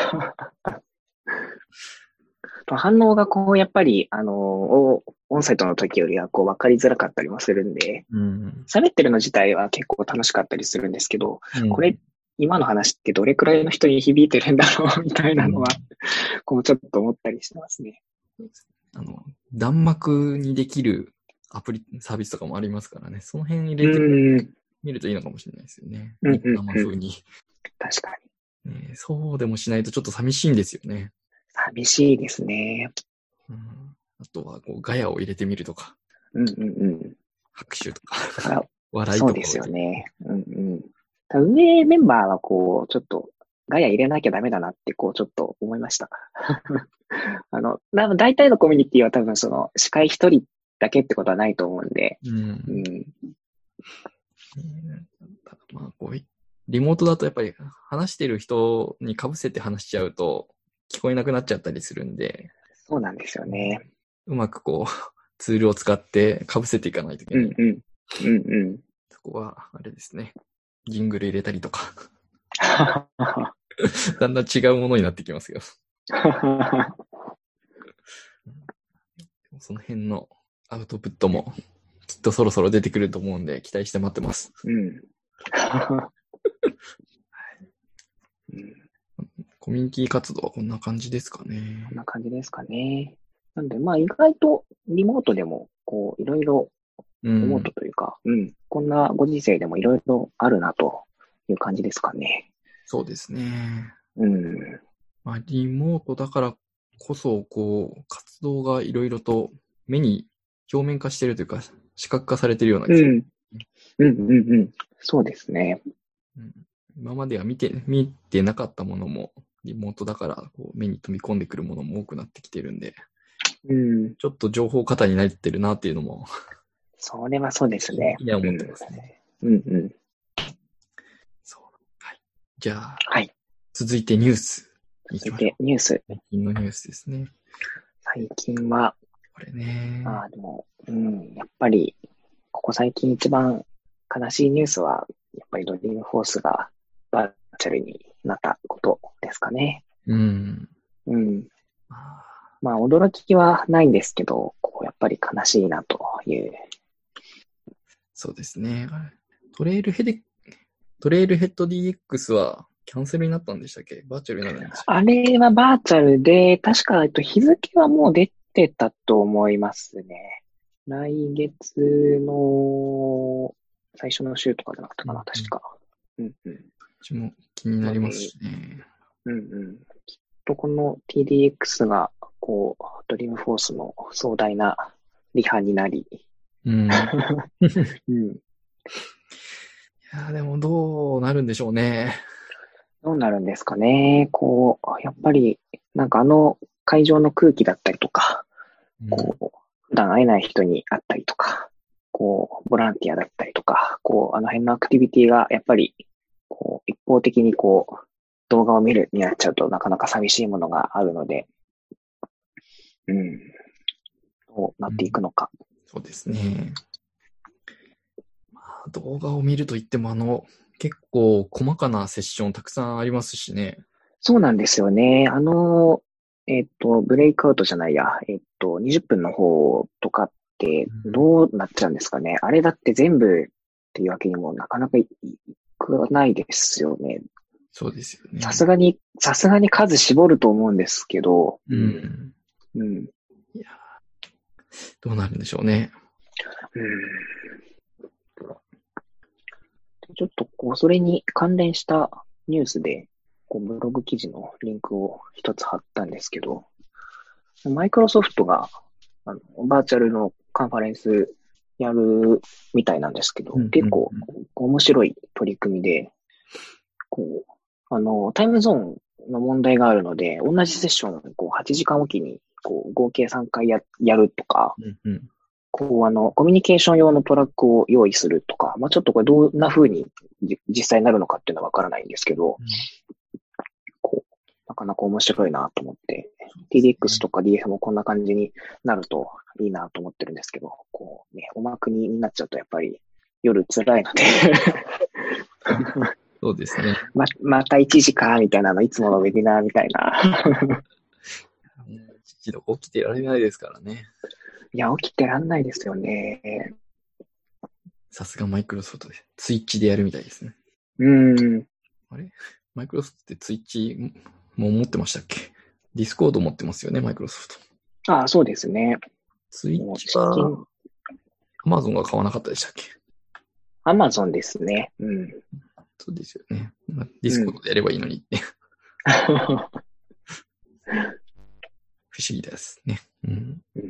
B: 反応がこう、やっぱり、あの、おオンサイトの時よりはこう、分かりづらかったりもするんで、
A: うん。
B: 喋ってるの自体は結構楽しかったりするんですけど、
A: うん
B: これ、今の話ってどれくらいの人に響いてるんだろうみたいなのは、
A: うん
B: こう、ちょっと思ったりしてますね。
A: あの、弾幕にできるアプリ、サービスとかもありますからね。その辺入れて
B: うん。
A: みるといいのかもしれないですよね。
B: うんうんうん
A: 生風に、
B: 確かに。
A: ね。そうでもしないとちょっと寂しいんですよね。
B: 寂しいですね。
A: うん、あとは、こう、ガヤを入れてみるとか、
B: うんうんうん。
A: 拍手とか、
B: あ
A: 笑いとか。
B: そうですよね。うんうん。運営メンバーはこう、ちょっと、ガヤ入れなきゃダメだなって、こう、ちょっと思いました。あの、な大体のコミュニティは多分その、司会一人だけってことはないと思うんで、
A: うん。
B: うん。
A: ただまあ、こう、リモートだとやっぱり話してる人に被せて話しちゃうと聞こえなくなっちゃったりするんで、
B: そうなんですよね。
A: うまくこう、ツールを使って被せていかないといけない。
B: うんうん。うんうん。
A: そこは、あれですね。ジングル入れたりとか。だんだん違うものになってきますよ。その辺のアウトプットもきっとそろそろ出てくると思うんで期待して待ってます。
B: うん。
A: コミュニティ活動はこんな感じですかね。
B: こんな感じですかね。なんで、まあ意外とリモートでも、こう、いろいろ、
A: う
B: リモー
A: ん。
B: トというか、うん、こんなご時世でもいろいろあるなという感じですかね。
A: そうですね。
B: うん。
A: まあ、リモートだからこそ、こう、活動がいろいろと目に表面化しているというか、視覚化されているような気が、
B: うん。うんうんうん。そうですね。
A: うん、今までは見て、見てなかったものも、リモートだからこう目に飛び込んでくるものも多くなってきてるんで、
B: うん。
A: ちょっと情報過多になってるなっていうのも、
B: それはそうですね。
A: いや、思ってますね。
B: うんうん。
A: そう。はい。じゃあ、
B: はい。
A: 続いてニュースに行き
B: 続い
A: ましょう。
B: てニュース。
A: 最近のニュースですね。
B: 最近は、
A: これね。
B: ああ、でも、うん、やっぱり、ここ最近一番悲しいニュースは、やっぱりドリームフォースがバーチャルになったことですかね。
A: うん。
B: うん。
A: まあ、
B: まあ、驚きはないんですけど、こう、やっぱり悲しいなという。
A: そうですね。トレイルヘデ、トレイルヘッド ディーエックス はキャンセルになったんでしたっけ？バーチャルになるんでしたっ
B: あれはバーチャルで、確か、えっと、日付はもう出てたと思いますね。来月の最初の週とかじゃなかったかな、
A: うん
B: 確か。うんうん。
A: け？私も気になりますしね。
B: うんうん。きっとこの ティーディーエックス が、こう、ドリームフォースの壮大なリハになり。
A: うん。
B: うん。
A: いや、でもどうなるんでしょうね。
B: どうなるんですかね。こう、やっぱり、なんかあの会場の空気だったりとか、こう、普段会えない人に会ったりとか、こう、ボランティアだったりとか、こう、あの辺のアクティビティが、やっぱり、こう、一方的にこう、動画を見るになっちゃうとなかなか寂しいものがあるので、うん。どうなっていくのか。
A: うん、そうですね。まあ、動画を見るといっても、あの、結構細かなセッションたくさんありますしね。
B: そうなんですよね。あの、えっと、ブレイクアウトじゃないや、えっと、にじゅっぷんの方とかってどうなっちゃうんですかね。うん、あれだって全部っていうわけにもなかなかいくないですよね。
A: そうですよね。
B: さすがに、さすがに数絞ると思うんですけど。
A: うん。
B: うん。
A: いや、どうなるんでしょうね。
B: うん。ちょっと、こう、それに関連したニュースで、こう、ブログ記事のリンクを一つ貼ったんですけど、マイクロソフトが、あの、バーチャルのカンファレンスやるみたいなんですけど、
A: うんうんうん、
B: 結構面白い取り組みで、こう、あの、タイムゾーンの問題があるので、同じセッションをこうはちじかんおきにこう合計さんかいややるとか、
A: うんうん、
B: こう、あの、コミュニケーション用のトラックを用意するとか、まあちょっとこれどんな風に実際になるのかっていうのはわからないんですけど、こう、なかなか面白いなと思って、ティーディーエックス とか ディーエフ もこんな感じになるといいなと思ってるんですけど、こうね、おまくになっちゃうとやっぱり夜辛いので
A: そうですね。
B: ま、またいちじかみたいなの、いつものウェビナーみたいな。
A: 一度起きてられないですからね。
B: いや、起きてらんないですよね。
A: さすがマイクロソフトで。ツイッチでやるみたいですね。
B: うん。
A: あれマイクロソフトってツイッチも持ってましたっけ？ディスコード持ってますよね、マイクロソフト。
B: ああ、そうですね。
A: ツイッチは、アマゾンが買わなかったでしたっけ？
B: アマゾンですね。うん。
A: そうですよね。ディスコードでやればいいのにって。不思議ですね。うん。うん、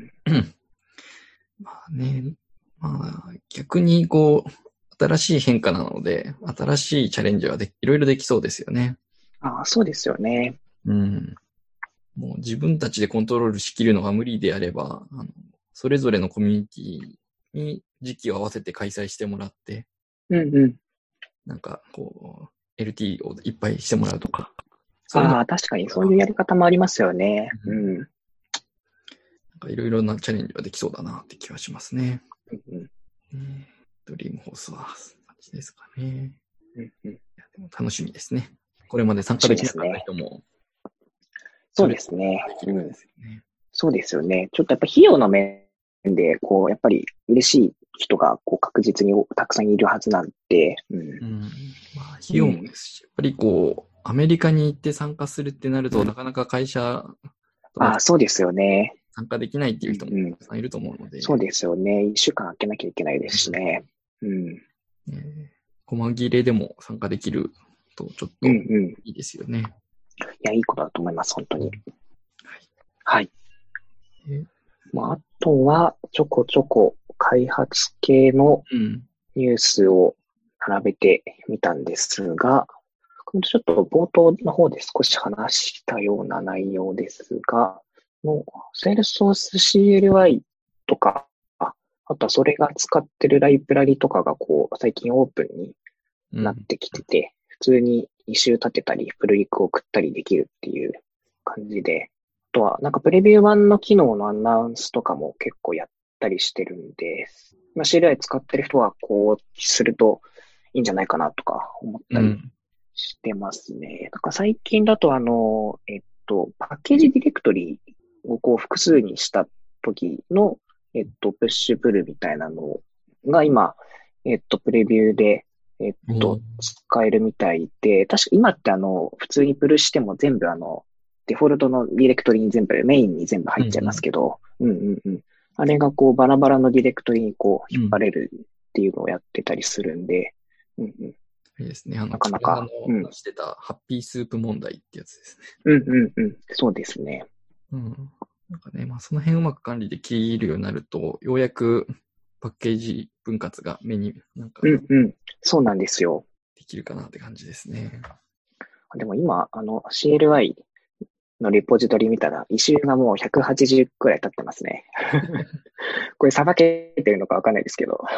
A: まあね、まあ逆にこう、新しい変化なので、新しいチャレンジはでいろいろできそうですよね。
B: ああ、そうですよね。
A: うん。もう自分たちでコントロールしきるのが無理であれば、あのそれぞれのコミュニティに時期を合わせて開催してもらって、
B: うんうん。
A: なんかこう、エルティー をいっぱいしてもらうとか。
B: ああ、確かにそういうやり方もありますよね。うん。
A: なんかいろいろなチャレンジはできそうだなって気はしますね。
B: うんうん、
A: えー、ドリームホースは、そんな感じですかね。
B: うんうん、い
A: やでも楽しみですね。これまで参加できなかった人も。
B: そうですね。
A: うん、
B: そうですよね。ちょっとやっぱ費用の面で、こう、やっぱり嬉しい人がこう確実にたくさんいるはずなんで。うん。
A: うん、まあ、費用もですし、うん、やっぱりこう、アメリカに行って参加するってなると、なかなか会社
B: とああ、そうですよね。
A: 参加できないっていう人もたくさんいると思うので。
B: うん、そうですよね。一週間空けなきゃいけないですしね。うん。
A: えー、細切れでも参加できると、ちょっといいですよね。うんうん、い
B: や、いいことだと思います、本当に。はい。はい。えまあ、あとは、ちょこちょこ開発系のニュースを並べてみたんですが、うん、ちょっと冒頭の方で少し話したような内容ですが、の Salesforce シーエルアイ とか、あとはそれが使ってるライブラリとかがこう、最近オープンになってきてて、うん、普通にイシュー立てたり、プルリクを送ったりできるっていう感じで、あとはなんかプレビュー版の機能のアナウンスとかも結構やったりしてるんで、まあ、シーエルアイ 使ってる人はこうするといいんじゃないかなとか思ったりしてますね。うん、なんか最近だとあの、えっと、パッケージディレクトリをこう複数にした時の、えっと、プッシュプルみたいなのが今、えっと、プレビューで、えっと、使えるみたいで、確か今ってあの、普通にプルしても全部あの、デフォルトのディレクトリに全部、メインに全部入っちゃいますけど、うんうん、うんうんうん。あれがこう、バラバラのディレクトリにこう、引っ張れるっていうのをやってたりするんで、うんうん。
A: いいですね。あの、
B: なかなか。
A: うん。してたハッピースープ問題ってやつですね。
B: うんうんうん。そうですね。
A: うん。なんかね、まあその辺うまく管理できるようになると、ようやくパッケージ分割が目になんか。
B: うんうん。そうなんですよ。
A: できるかなって感じですね。
B: でも今、あの シーエルアイ のリポジトリ見たら、イシューがもうひゃくはちじゅうくらい経ってますね。これさばけてるのかわかんないですけど。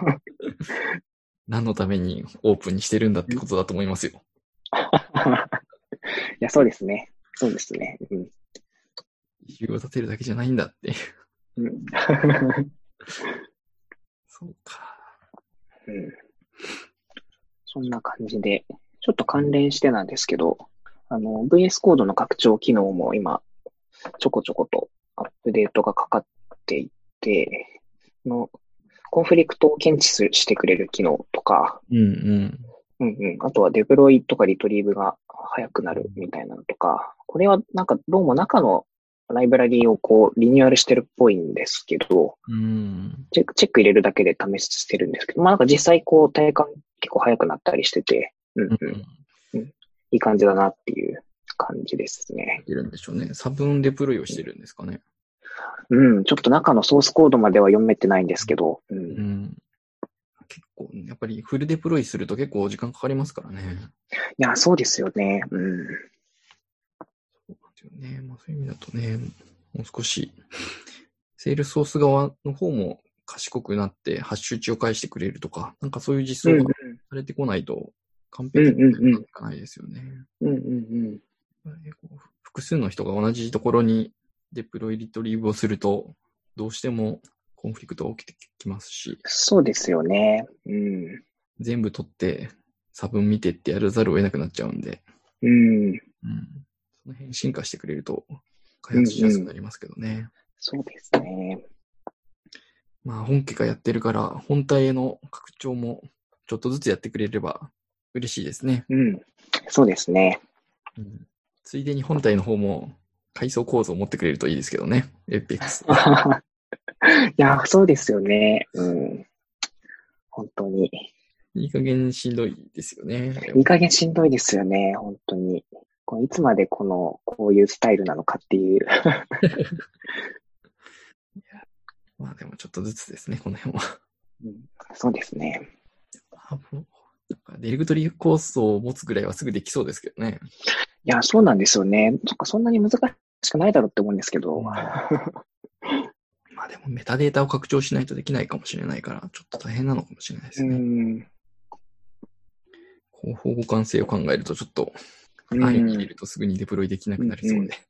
A: 何のためにオープンにしてるんだってことだと思いますよ。
B: いや、そうですね。そうですね。うん。
A: 理由を立てるだけじゃないんだって。うん、そうか。
B: うん。そんな感じで、ちょっと関連してなんですけど、あの、ブイエス コードの拡張機能も今、ちょこちょことアップデートがかかっていて、のコンフリクトを検知してくれる機能とか、
A: うんうん
B: うんうん、あとはデプロイとかリトリーブが早くなるみたいなのとか、これはなんかどうも中のライブラリをこうリニューアルしてるっぽいんですけど、
A: うん、
B: チェック、チェック入れるだけで試してるんですけど、まあなんか実際こう体感結構早くなったりしてて、うんうんうん、いい感じだなっていう感じですね。
A: いるんでしょうね。差分デプロイをしてるんですかね。
B: うん、ちょっと中のソースコードまでは読めてないんですけど、う。
A: うんん。結構、やっぱりフルデプロイすると結構時間かかりますからね。
B: いや、そうですよね。うん。
A: そうですよね。まあそういう意味だとね、もう少し、セールスソース側の方も賢くなってハッシュ値を返してくれるとか、なんかそういう実
B: うん、うん、
A: 装がされてこないと完
B: うん、
A: 璧に
B: うん、
A: はいかないですよね。
B: うん、うん、うん。
A: 複数の人が同じところにデプロイリトリーブをすると、どうしてもコンフリクトが起きてきますし、
B: そうですよね。うん。
A: 全部取って差分見てってやらざるを得なくなっちゃうんで、
B: うん。
A: うん、その辺進化してくれると開
B: うん、
A: 発しや
B: うん。
A: すくなりますけどね。
B: そうですね。
A: まあ本家がやってるから本体への拡張もちょっとずつやってくれれば嬉しいですね。
B: うん。そうですね。
A: うん、ついでに本体の方も階層構造を持ってくれるといいですけどね。エーペックス。
B: いや、そうですよね。うん。本当に。
A: いい加減しんどいですよね。
B: いい加減しんどいですよね。本当に。こういつまでこの、こういうスタイルなのかっていう。
A: まあでもちょっとずつですね、この辺は。
B: うん、そうですね。
A: あもうなんかディレクトリ構想を持つぐらいはすぐできそうですけどね。
B: いや、そうなんですよね。そっか、そんなに難しくないだろうって思うんですけど。
A: うん、まあでもメタデータを拡張しないとできないかもしれないから、ちょっと大変なのかもしれないで
B: う
A: すね。
B: ん。
A: 広報互換性を考えるとちょっと、
B: うん
A: 安易に入れるとすぐにデプロイできなくなりそうで。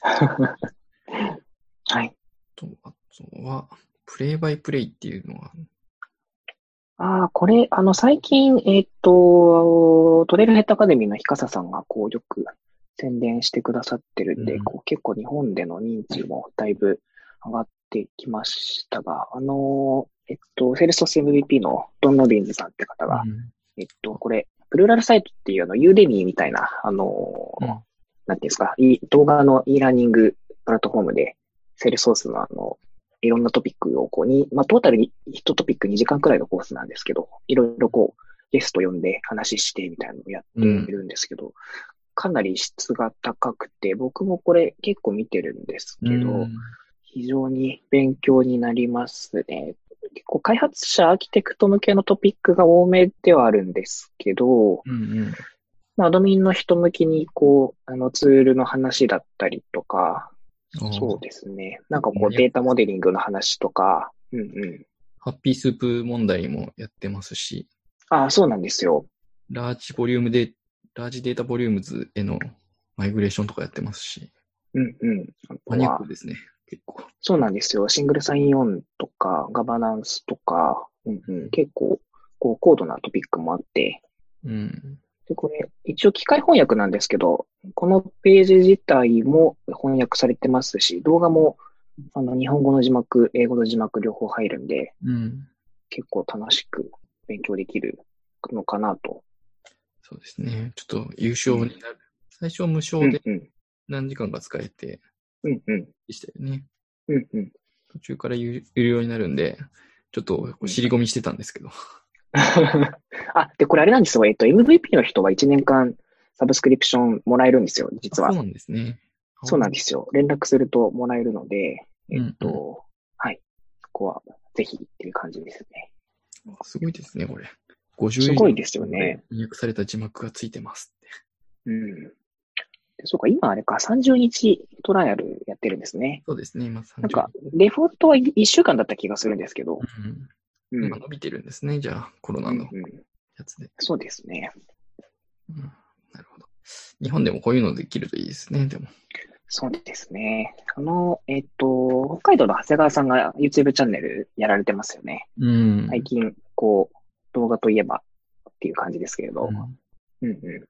B: はい。
A: とあとは、プレイバイプレイっていうのは、
B: ああ、これ、あの、最近、えっと、トレイルヘッドアカデミーの日笠さんが、こう、よく宣伝してくださってるんで、
A: うん
B: こう、結構日本での認知もだいぶ上がってきましたが、あの、えっと、セールスフォース エムブイピー のドン・ノビンズさんって方が、
A: うん、
B: えっと、これ、プルーラルサイトっていうあの、ユーデミーみたいな、あの、
A: うん、
B: なんていうんですか、い動画の e ラーニングプラットフォームで、セールスソースのあの、いろんなトピックをこうに、まあ、トータルにいちトピックにじかんくらいのコースなんですけど、いろいろこう、ゲスト呼んで話してみたいなのをやっているんですけど、うん、かなり質が高くて、僕もこれ結構見てるんですけど、うん、非常に勉強になりますね。結構開発者、アーキテクト向けのトピックが多めではあるんですけど、
A: うんうん、
B: まあ、アドミンの人向きに、こう、あの、ツールの話だったりとか、そうですね。なんかこう、データモデリングの話とか、うんうん。
A: ハッピースープ問題もやってますし、
B: ああ、そうなんですよ。
A: ラージボリュームで、ラージデータボリュームズへのマイグレーションとかやってますし、
B: うんうん。
A: マニアックですね、結構。
B: そうなんですよ。シングルサインオンとか、ガバナンスとか、うんうん、結構、こう、高度なトピックもあって、
A: うん。
B: で、これ、一応機械翻訳なんですけど、このページ自体も翻訳されてますし、動画も、あの、日本語の字幕、英語の字幕両方入るんで、
A: うん、
B: 結構楽しく勉強できるのかなと。
A: そうですね。ちょっと優勝になる。うん、最初は無償で何時間か使えて、
B: うんうん。
A: でしたよね。
B: うんうん。
A: 途中から有料になるんで、ちょっと尻込みしてたんですけど。
B: あ、で、これあれなんですよ。えっと、エムブイピー の人はいちねんかんサブスクリプションもらえるんですよ、実は。
A: そうなんですね。
B: そうなんですよ。連絡するともらえるので、えっと、
A: うんうん、
B: はい。ここはぜひっていう感じですね。
A: すごいですね、これ。ごじゅう
B: すごいですよね。
A: 翻訳された字幕がついてますって。
B: うん。でそうか、今あれか、さんじゅうにちトライアルやってるんですね。
A: そうですね、今さんじゅうにち。
B: なんか、デフォルトはいっしゅうかんだった気がするんですけど。
A: うん。今伸びてるんですね、じゃあ、コロナのやつで。うんうん、
B: そうですね、
A: うん。なるほど。日本でもこういうのできるといいですね、でも。
B: そうですね。あの、えっと、北海道の長谷川さんが YouTube チャンネルやられてますよね。
A: うん。
B: 最近、こう、動画といえばっていう感じですけれど。うん、うんうん。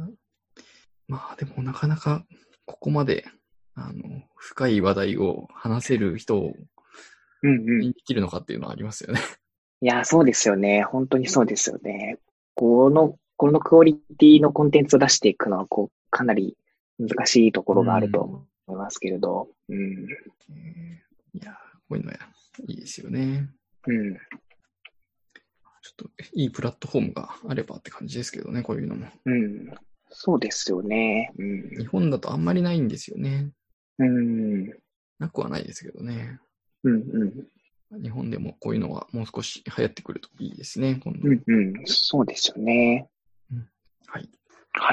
A: まあでもなかなかここまで、あの、深い話題を話せる人を、
B: うんうん。
A: できるのかっていうのはありますよね。
B: いや、そうですよね。本当にそうですよね。この、このクオリティのコンテンツを出していくのは、こう、かなり難しいところがあると思いますけれど。うん。うん、
A: えー、いや、こういうのや、いいですよね。
B: うん。
A: ちょっと、いいプラットフォームがあればって感じですけどね、こういうのも。
B: うん。そうですよね。うん。
A: 日本だとあんまりないんですよね。
B: うん。
A: なくはないですけどね。
B: うんうん
A: 日本でもこういうのはもう少し流行ってくるといいですね、今度。
B: うんうん。そうですよね。
A: うん、はい。
B: はい。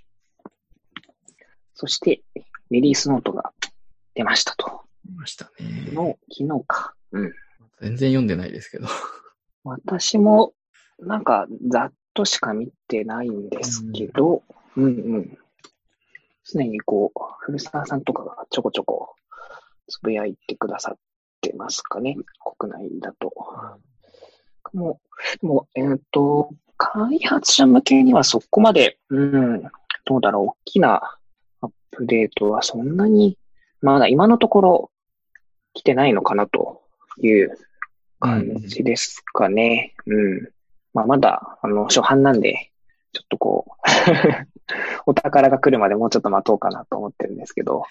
B: そして、リリースノートが出ましたと。
A: 出ました
B: 昨日、
A: ね。
B: 昨日か。うん。
A: 全然読んでないですけど。
B: 私も、なんか、ざっとしか見てないんですけど、うんうん。常にこう、古澤さんとかがちょこちょこつぶやいてくださってますかね。国内だと。もう、もう、えっと、開発者向けにはそこまで、うん、どうだろう、大きなアップデートはそんなに、まだ今のところ来てないのかなという感じですかね。うん。うん、まあ、まだ、あの、初版なんで、ちょっとこう、お宝が来るまでもうちょっと待とうかなと思ってるんですけど。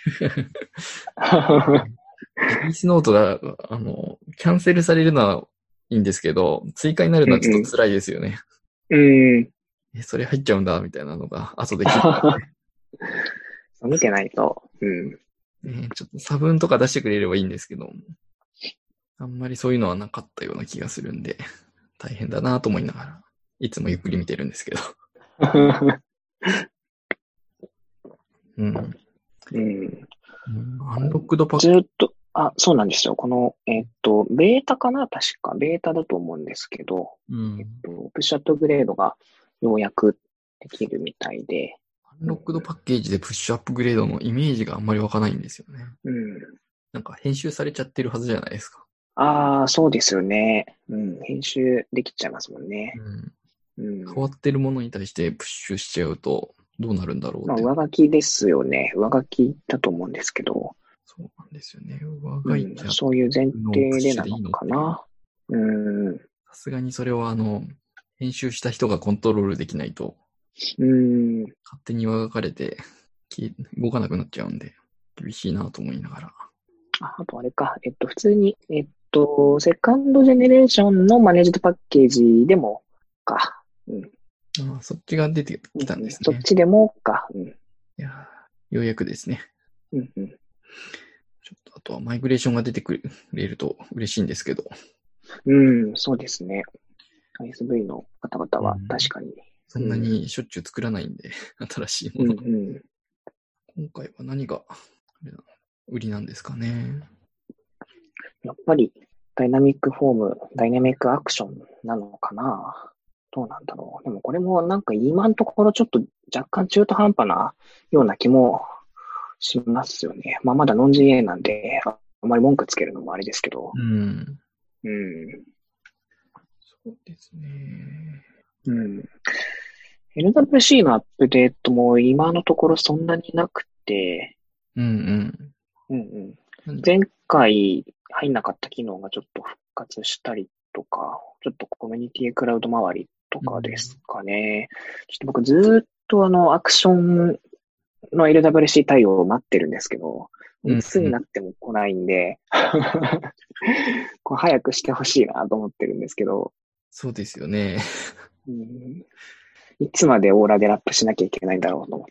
A: リリースノートが、あの、キャンセルされるのはいいんですけど、追加になるのはちょっと辛いですよね。
B: うん、うん。
A: え、それ入っちゃうんだ、みたいなのが、後で聞いて、
B: そう見てないと、うん。
A: ね。ちょっと差分とか出してくれればいいんですけど、あんまりそういうのはなかったような気がするんで、大変だなと思いながら、いつもゆっくり見てるんですけど。うん。
B: うん、
A: アンロックドパッ
B: ずっと、あ、そうなんですよ。この、えっと、ベータかな確か。ベータだと思うんですけど、
A: うん、
B: えっと、プッシュアップグレードがようやくできるみたいで。
A: アンロックドパッケージでプッシュアップグレードのイメージがあんまり湧かないんですよね。
B: うん。
A: なんか編集されちゃってるはずじゃないですか。
B: ああ、そうですよね。うん。編集できちゃいますもんね。
A: うん。
B: うん。
A: 変わってるものに対してプッシュしちゃうと、どうなるんだろう
B: まあ、
A: って。
B: 上書きですよね。上書きだと思うんですけど。
A: そうなんですよね。上
B: うん。
A: 書いちゃう
B: そういう前
A: のをプッ
B: 提でなの
A: シュでいいのっていう。
B: かな。うん。
A: さすがにそれはあの、編集した人がコントロールできないと、
B: うん。
A: 勝手に上書かれて、動かなくなっちゃうんで、厳しいなと思いながら。
B: あ、あとあれか。えっと、普通に、えっと、セカンドジェネレーションのマネージドパッケージでもか。うん。
A: ああ、そっちが出てきたんですね。
B: そっちでもか。うん。
A: いやようやくですね。
B: うんうん。
A: ちょっとあとはマイグレーションが出てくれると嬉しいんですけど。
B: うん、そうですね。アイエスブイ の方々は確かに。うん、
A: そんなにしょっちゅう作らないんで、新しいもの。
B: うんうん、
A: 今回は何が売りなんですかね。
B: やっぱりダイナミックフォーム、ダイナミックアクションなのかな。どうなんだろう。でもこれもなんか今のところちょっと若干中途半端なような気もしますよね。まあまだノン ジーエー なんで、あまり文句つけるのもあれですけど。
A: うん。
B: うん。
A: そうですね。
B: うん。エルダブリューシー のアップデートも今のところそんなになくて、
A: うん
B: うんうん。
A: うん。
B: 前回入んなかった機能がちょっと復活したりとか、ちょっとコミュニティクラウド周りとかですかね。ちょっと僕ずーっとあのアクションの エルダブリューシー 対応を待ってるんですけど、
A: うん
B: いつになっても来ないんで、こう早くしてほしいなと思ってるんですけど、
A: そうですよね。
B: うん、いつまでオーラでラップしなきゃいけないんだろうと思って。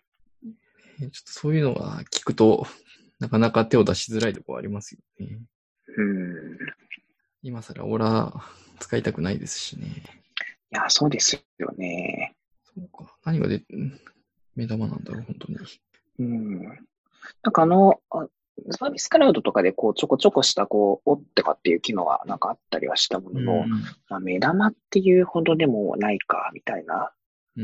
A: ちょっとそういうのが聞くと、なかなか手を出しづらいところありますよね。
B: うん、
A: 今更オーラ使いたくないですしね。
B: いや、そうですよね。
A: そうか。何がで、目玉なんだろう、本当に。
B: うん。なんかあの、あサービスクラウドとかでこうちょこちょこしたこう、おってかっていう機能はなんかあったりはしたものの、
A: うん。
B: まあ、目玉っていうほどでもないか、みたいな、
A: うん。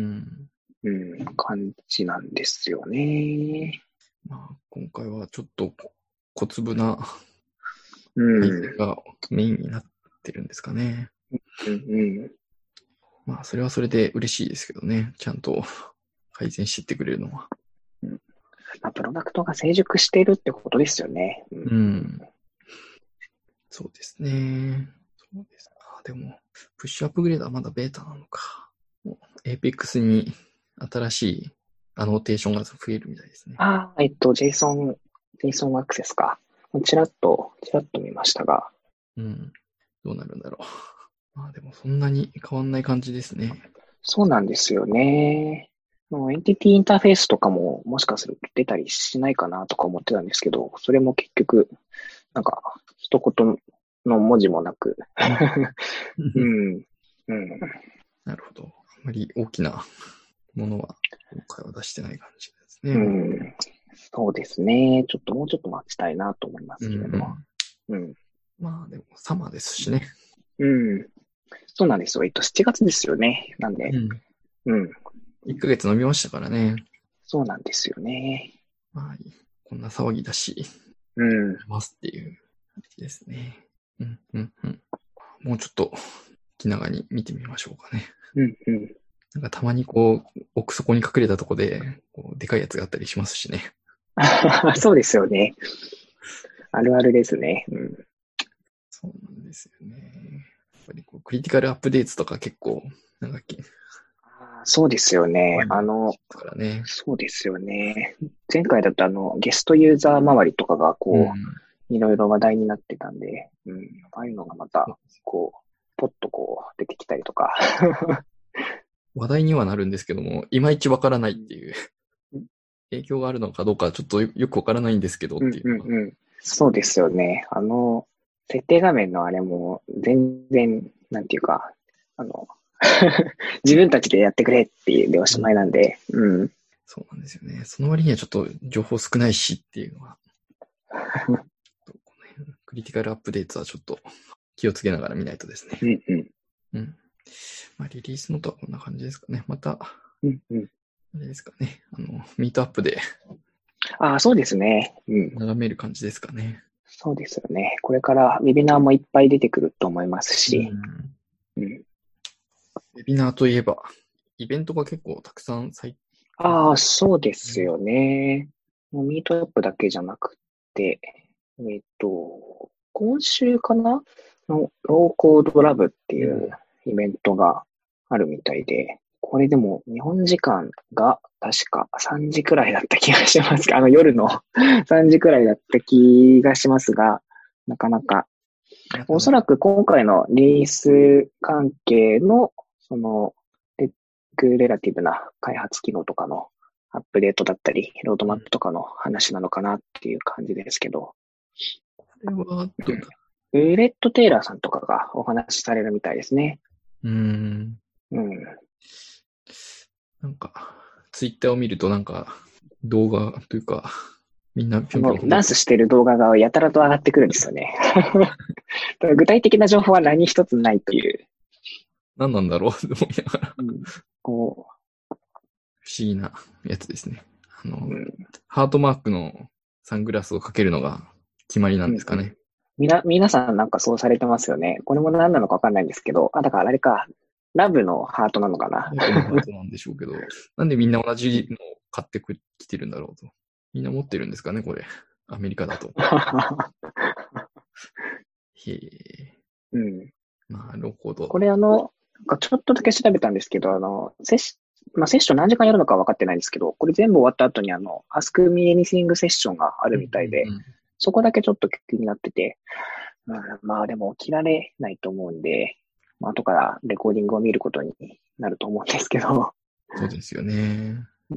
B: うん、感じなんですよね。
A: まあ、今回はちょっと小粒な
B: うん。
A: 配線がメインになってるんですかね。
B: うんうん。
A: まあ、それはそれで嬉しいですけどね。ちゃんと改善していってくれるのは。
B: うん、まあ、プロダクトが成熟しているってことですよね。うん。
A: うん。そうですね。そうですか。でも、プッシュアップグレードはまだベータなのか。Apex に新しいアノーテーションが増えるみたいですね。
B: ああ、えっと、JSON、JSON アクセスか。ちらっと、ちらっと見ましたが。
A: うん。どうなるんだろう。まあでもそんなに変わんない感じですね。
B: そうなんですよね。 のエンティティインターフェースとかももしかすると出たりしないかなとか思ってたんですけど、それも結局、なんか、一言の文字もなく、うん、うん。
A: なるほど。あまり大きなものは今回は出してない感じですね。
B: うん、そうですね。ちょっともうちょっと待ちたいなと思いますけれども。うん、うん。
A: まあでも、サマーですしね。
B: うん。そうなんですよ。えっと、しちがつですよね。なんで、
A: うん。
B: うん。
A: いっかげつ飲みましたからね。
B: そうなんですよね。
A: まあ、こんな騒ぎだし、
B: うん。
A: ますっていう感じですね。うん、うん、うん。もうちょっと気長に見てみましょうかね。
B: うん、うん。
A: なんかたまにこう、奥底に隠れたとこで、こうでかいやつがあったりしますしね。
B: そうですよね。あるあるですね。うん。
A: そうなんですよね。やっぱりこうクリティカルアップデートとか結構、なんだっけ、
B: そうですよね。あの、
A: からね。
B: そうですよね。前回だとあの、ゲストユーザー周りとかがこ
A: うん。
B: う、いろいろ話題になってたんで、うん。ああいうのがまた、こう、ポッとこう、出てきたりとか。
A: 話題にはなるんですけども、いまいちわからないっていう、影響があるのかどうかちょっとよよくわからないんですけどっ
B: うん
A: ていうのが。
B: うんうん。そうですよね。あの、設定画面のあれも、全然、なんていうか、あの、自分たちでやってくれっていうでおしまいなんで、うん。
A: そうなんですよね。その割にはちょっと情報少ないしっていうのは、この辺クリティカルアップデートはちょっと気をつけながら見ないとですね。
B: うんうん。
A: うん。まあ、リリースノートはこんな感じですかね。また、
B: うんうん。
A: あれですかね。あの、ミートアップで
B: ああ、そうですね。うん。
A: 眺める感じですかね。
B: そうですよね。これからウェビナーもいっぱい出てくると思いますし、
A: うん。
B: うん。
A: ウェビナーといえば、イベントが結構たくさん最
B: ああ、そうですよね。もうミートアップだけじゃなくて、えっと、今週かなのローコードラブっていうイベントがあるみたいで、これでも日本時間が確かさんじくらいだった気がします。あの夜のさんじくらいだった気がしますが、なかなか、おそらく今回のリリース関係の、その、レレラティブな開発機能とかのアップデートだったり、ロードマップとかの話なのかなっていう感じですけど、
A: これはどうだ。
B: ウーレット・テイラーさんとかがお話しされるみたいですね。
A: うーん。
B: うん。
A: なんか、ツイッターを見るとなんか、動画というか、みんなぴょんぴょん
B: ダンスしてる動画がやたらと上がってくるんですよね。具体的な情報は何一つないという。
A: 何なんだろうと思いながら、
B: うん、こ
A: 不思議なやつですね。あの、
B: う、うん、
A: ハートマークのサングラスをかけるのが決まりなんですかね。うんうん、
B: みな、皆さんなんかそうされてますよね。これも何なのかわかんないんですけど、あ、だからあれか、ラブのハートなのかな。
A: ラブのハートなんでしょうけど、なんでみんな同じのを買ってきてるんだろうと。みんな持ってるんですかね、これ。アメリカだと。へえ。
B: うん。
A: なるほど。
B: これあの、ちょっとだけ調べたんですけど、あの、セッシまあ、セッション何時間やるのか分かってないんですけど、これ全部終わった後にあの、Ask Me Anything セッションがあるみたいで、
A: うんうんうん、
B: そこだけちょっと気になってて、うん、まあでも起きられないと思うんで、まあ、後からレコーディングを見ることになると思うんですけど。
A: そうですよね。
B: うん。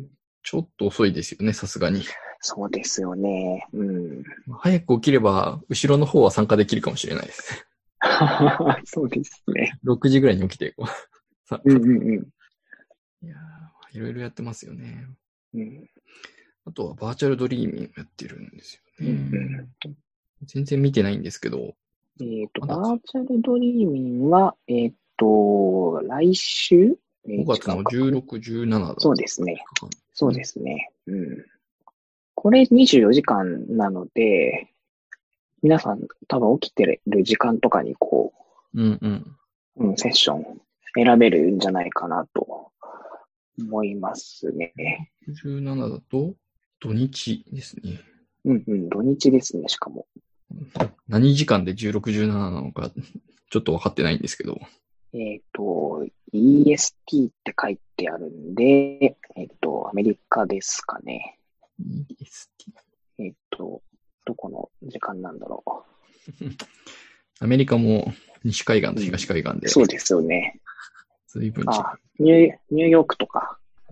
A: ちょっと遅いですよね、さすがに。
B: そうですよね。うん。
A: 早く起きれば、後ろの方は参加できるかもしれないです。
B: そうですね。
A: ろくじぐらいに起きて、こう。
B: うんうんうん。
A: いやー、いろいろやってますよね。
B: うん、
A: あとはバーチャルドリーミングやってるんですよね。
B: うんうん、
A: 全然見てないんですけど。
B: えっ、ー、と、バーチャルドリーミングは、えっ、ー、と、来週
A: ごがつのじゅうろく、じゅうしちだった。
B: そうですね。そうですね。うん。これにじゅうよじかんなので、皆さん多分起きてる時間とかにこ
A: う、うんうん。
B: うん、セッション選べるんじゃないかなと思いますね。
A: じゅうしちだと土日ですね。
B: うんうん、土日ですね、しかも。
A: 何時間でじゅうろく、じゅうしちなのか、ちょっと分かってないんですけど。
B: えっ、ー、と、イーエスティー って書いてあるんで、えっ、ー、と、アメリカですかね。
A: イーエスティー。
B: えっ、ー、と、どこの時間なんだろう。
A: アメリカも西海岸と東海岸で、
B: うん。そうですよね。
A: 随分違う。
B: あ、ニュー、ニューヨークとか、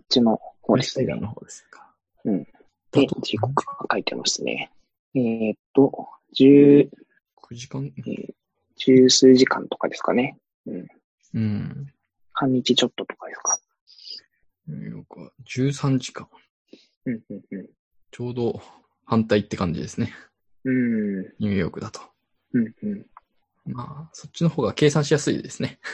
B: ちの方ですね。
A: 西海岸の方ですか。
B: うん。
A: だ
B: で、
A: と、
B: 時刻が書いてますね。えーっと、十、
A: くじかん
B: えー、十数時間とかですかね。うん。
A: うん。
B: 半日ちょっととかですか。
A: ニューヨークはじゅうさんじかん。
B: うん、うん、う
A: ちょうど反対って感じですね。
B: ん。うん、
A: ニューヨークだと。
B: うん、うん。
A: まあ、そっちの方が計算しやすいですね。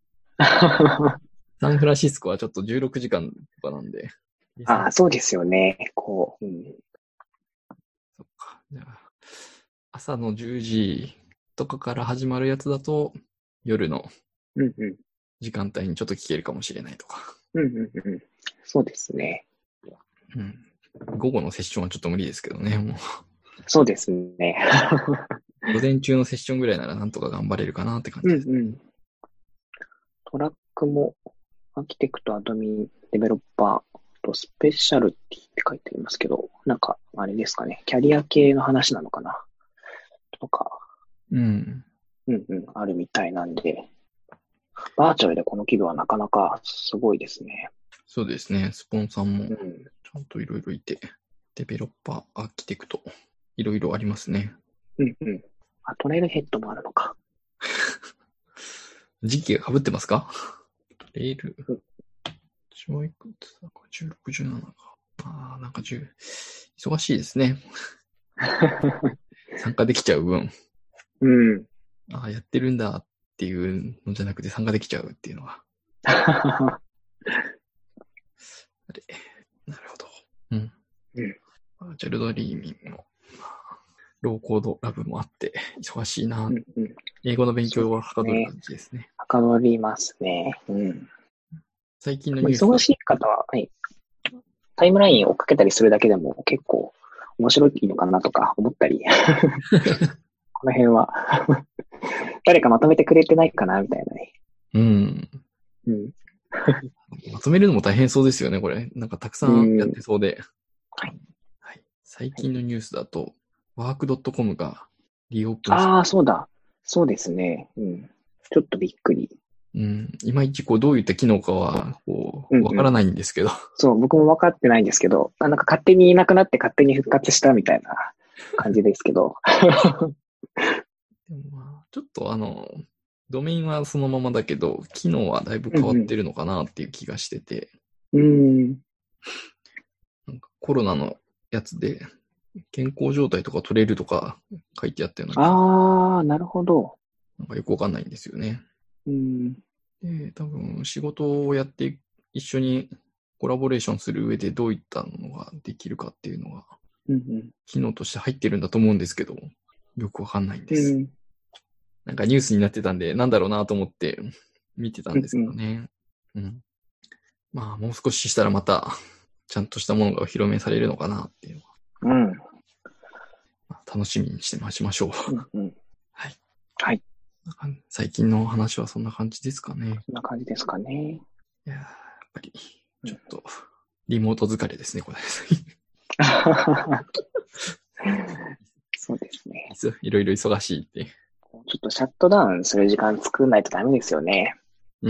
A: サンフランシスコはちょっとじゅうろくじかんとかなんで。
B: ああ、そうですよね。こう。うん、
A: そっか。じゃあ、朝のじゅうじとかから始まるやつだと、夜の
B: うん、うん。
A: 時間帯にちょっと聞けるかもしれないとか。
B: うん、うん、うん。そうですね。
A: うん。午後のセッションはちょっと無理ですけどね。もう
B: そうですね。
A: 午前中のセッションぐらいならなんとか頑張れるかなって感
B: うん、
A: じです。
B: うん。トラックも、アーキテクト、アドミン、デベロッパーとスペシャルティって書いてありますけど、なんか、あれですかね。キャリア系の話なのかなとか、
A: うん。
B: うんうん、あるみたいなんで、バーチャルでこの規模はなかなかすごいですね。
A: そうですね。スポンサーも
B: うん。
A: ちゃんといろいろいて、デベロッパー、アーキテクト、いろいろありますね。
B: うんうん。あ、トレイルヘッドもあるのか。
A: 時期が被ってますか？レール
B: うん。
A: 私もいくつだか、じゅうろく、じゅうななか。ああ、なんかじゅう、忙しいですね。参加できちゃう分。
B: うん。
A: ああ、やってるんだっていうのじゃなくて参加できちゃうっていうのは。
B: は
A: あれ、なるほど。うん。
B: うん。
A: バーチャルドリーミングも、まあ、ローコードラブもあって、忙しいな。
B: うんうん。
A: 英語の勉強ははかどる感じですね。
B: はかどりますね。うん。
A: 最近のニュースだと
B: 忙しい方は、はい、タイムラインを追っかけたりするだけでも結構面白いのかなとか思ったり、この辺は誰かまとめてくれてないかなみたいなね。
A: うん。
B: うん。
A: まとめるのも大変そうですよね、これ。なんかたくさんやってそうで。
B: はい。
A: はい。最近のニュースだと、ワークドットコム がリオープンした。
B: ああ、そうだ。そうですね。うん。ちょっとびっくり。
A: うん。いまいちこうどういった機能かは、こう、
B: うんうん
A: わからないんですけど。
B: そう、僕も分かってないんですけど、あなんか勝手にいなくなって勝手に復活したみたいな感じですけど。
A: でもまあ、ちょっとあの、ドメインはそのままだけど、機能はだいぶ変わってるのかなっていう気がしてて、
B: うん、うん。
A: なんかコロナのやつで、健康状態とか取れるとか書いてあったような気が、
B: ああ、なるほど。
A: なんかよくわかんないんですよね。
B: うん。
A: で、多分仕事をやって一緒にコラボレーションする上でどういったのができるかっていうのが、
B: うんうん
A: 機能として入ってるんだと思うんですけど、よくわかんないんです。
B: うん。
A: なんかニュースになってたんで、なんだろうなと思って見てたんですけどね。うん、うん。まあ、もう少ししたらまた、ちゃんとしたものがお披露目されるのかなっていうのは、
B: うん。
A: まあ、楽しみにして待ちましょう。
B: うんうん。
A: はい。
B: はい。
A: 最近の話はそんな感じですかね。
B: そんな感じですかね。
A: いやー、やっぱり、ちょっと、リモート疲れですね、これ。
B: そうですね。
A: いろいろ忙しいって。
B: ちょっとシャットダウンする時間作んないとダメですよね。
A: うん。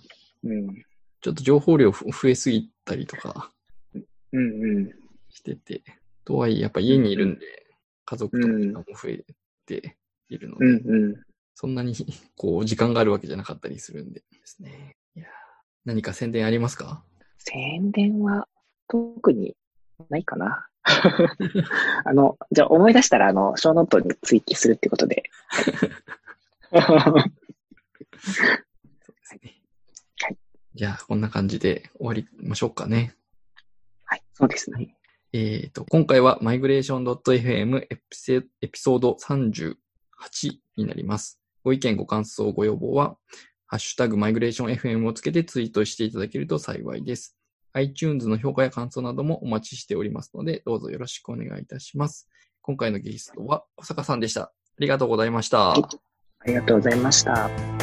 B: うん。
A: ちょっと情報量増えすぎたりとか
B: うんうん。
A: してて、とはいえやっぱ家にいるんで、家族との時間も増えているので、
B: うんうん。
A: そんなにこう時間があるわけじゃなかったりするんでですね。いや、何か宣伝ありますか？
B: 宣伝は特にないかな。あの、じゃあ思い出したら、あの、ショーノートに追記するってことで。
A: そうですね。
B: はい。
A: じゃあ、こんな感じで終わりましょうかね。
B: はい、そうですね。
A: えっと、今回は マイグレーション ドット エフエム エピソードさんじゅうはちになります。ご意見、ご感想、ご要望は、ハッシュタグマイグレーション エフエム をつけてツイートしていただけると幸いです。iTunes の評価や感想などもお待ちしておりますので、どうぞよろしくお願いいたします。今回のゲストは小坂さんでした。ありがとうございました。
B: ありがとうございました。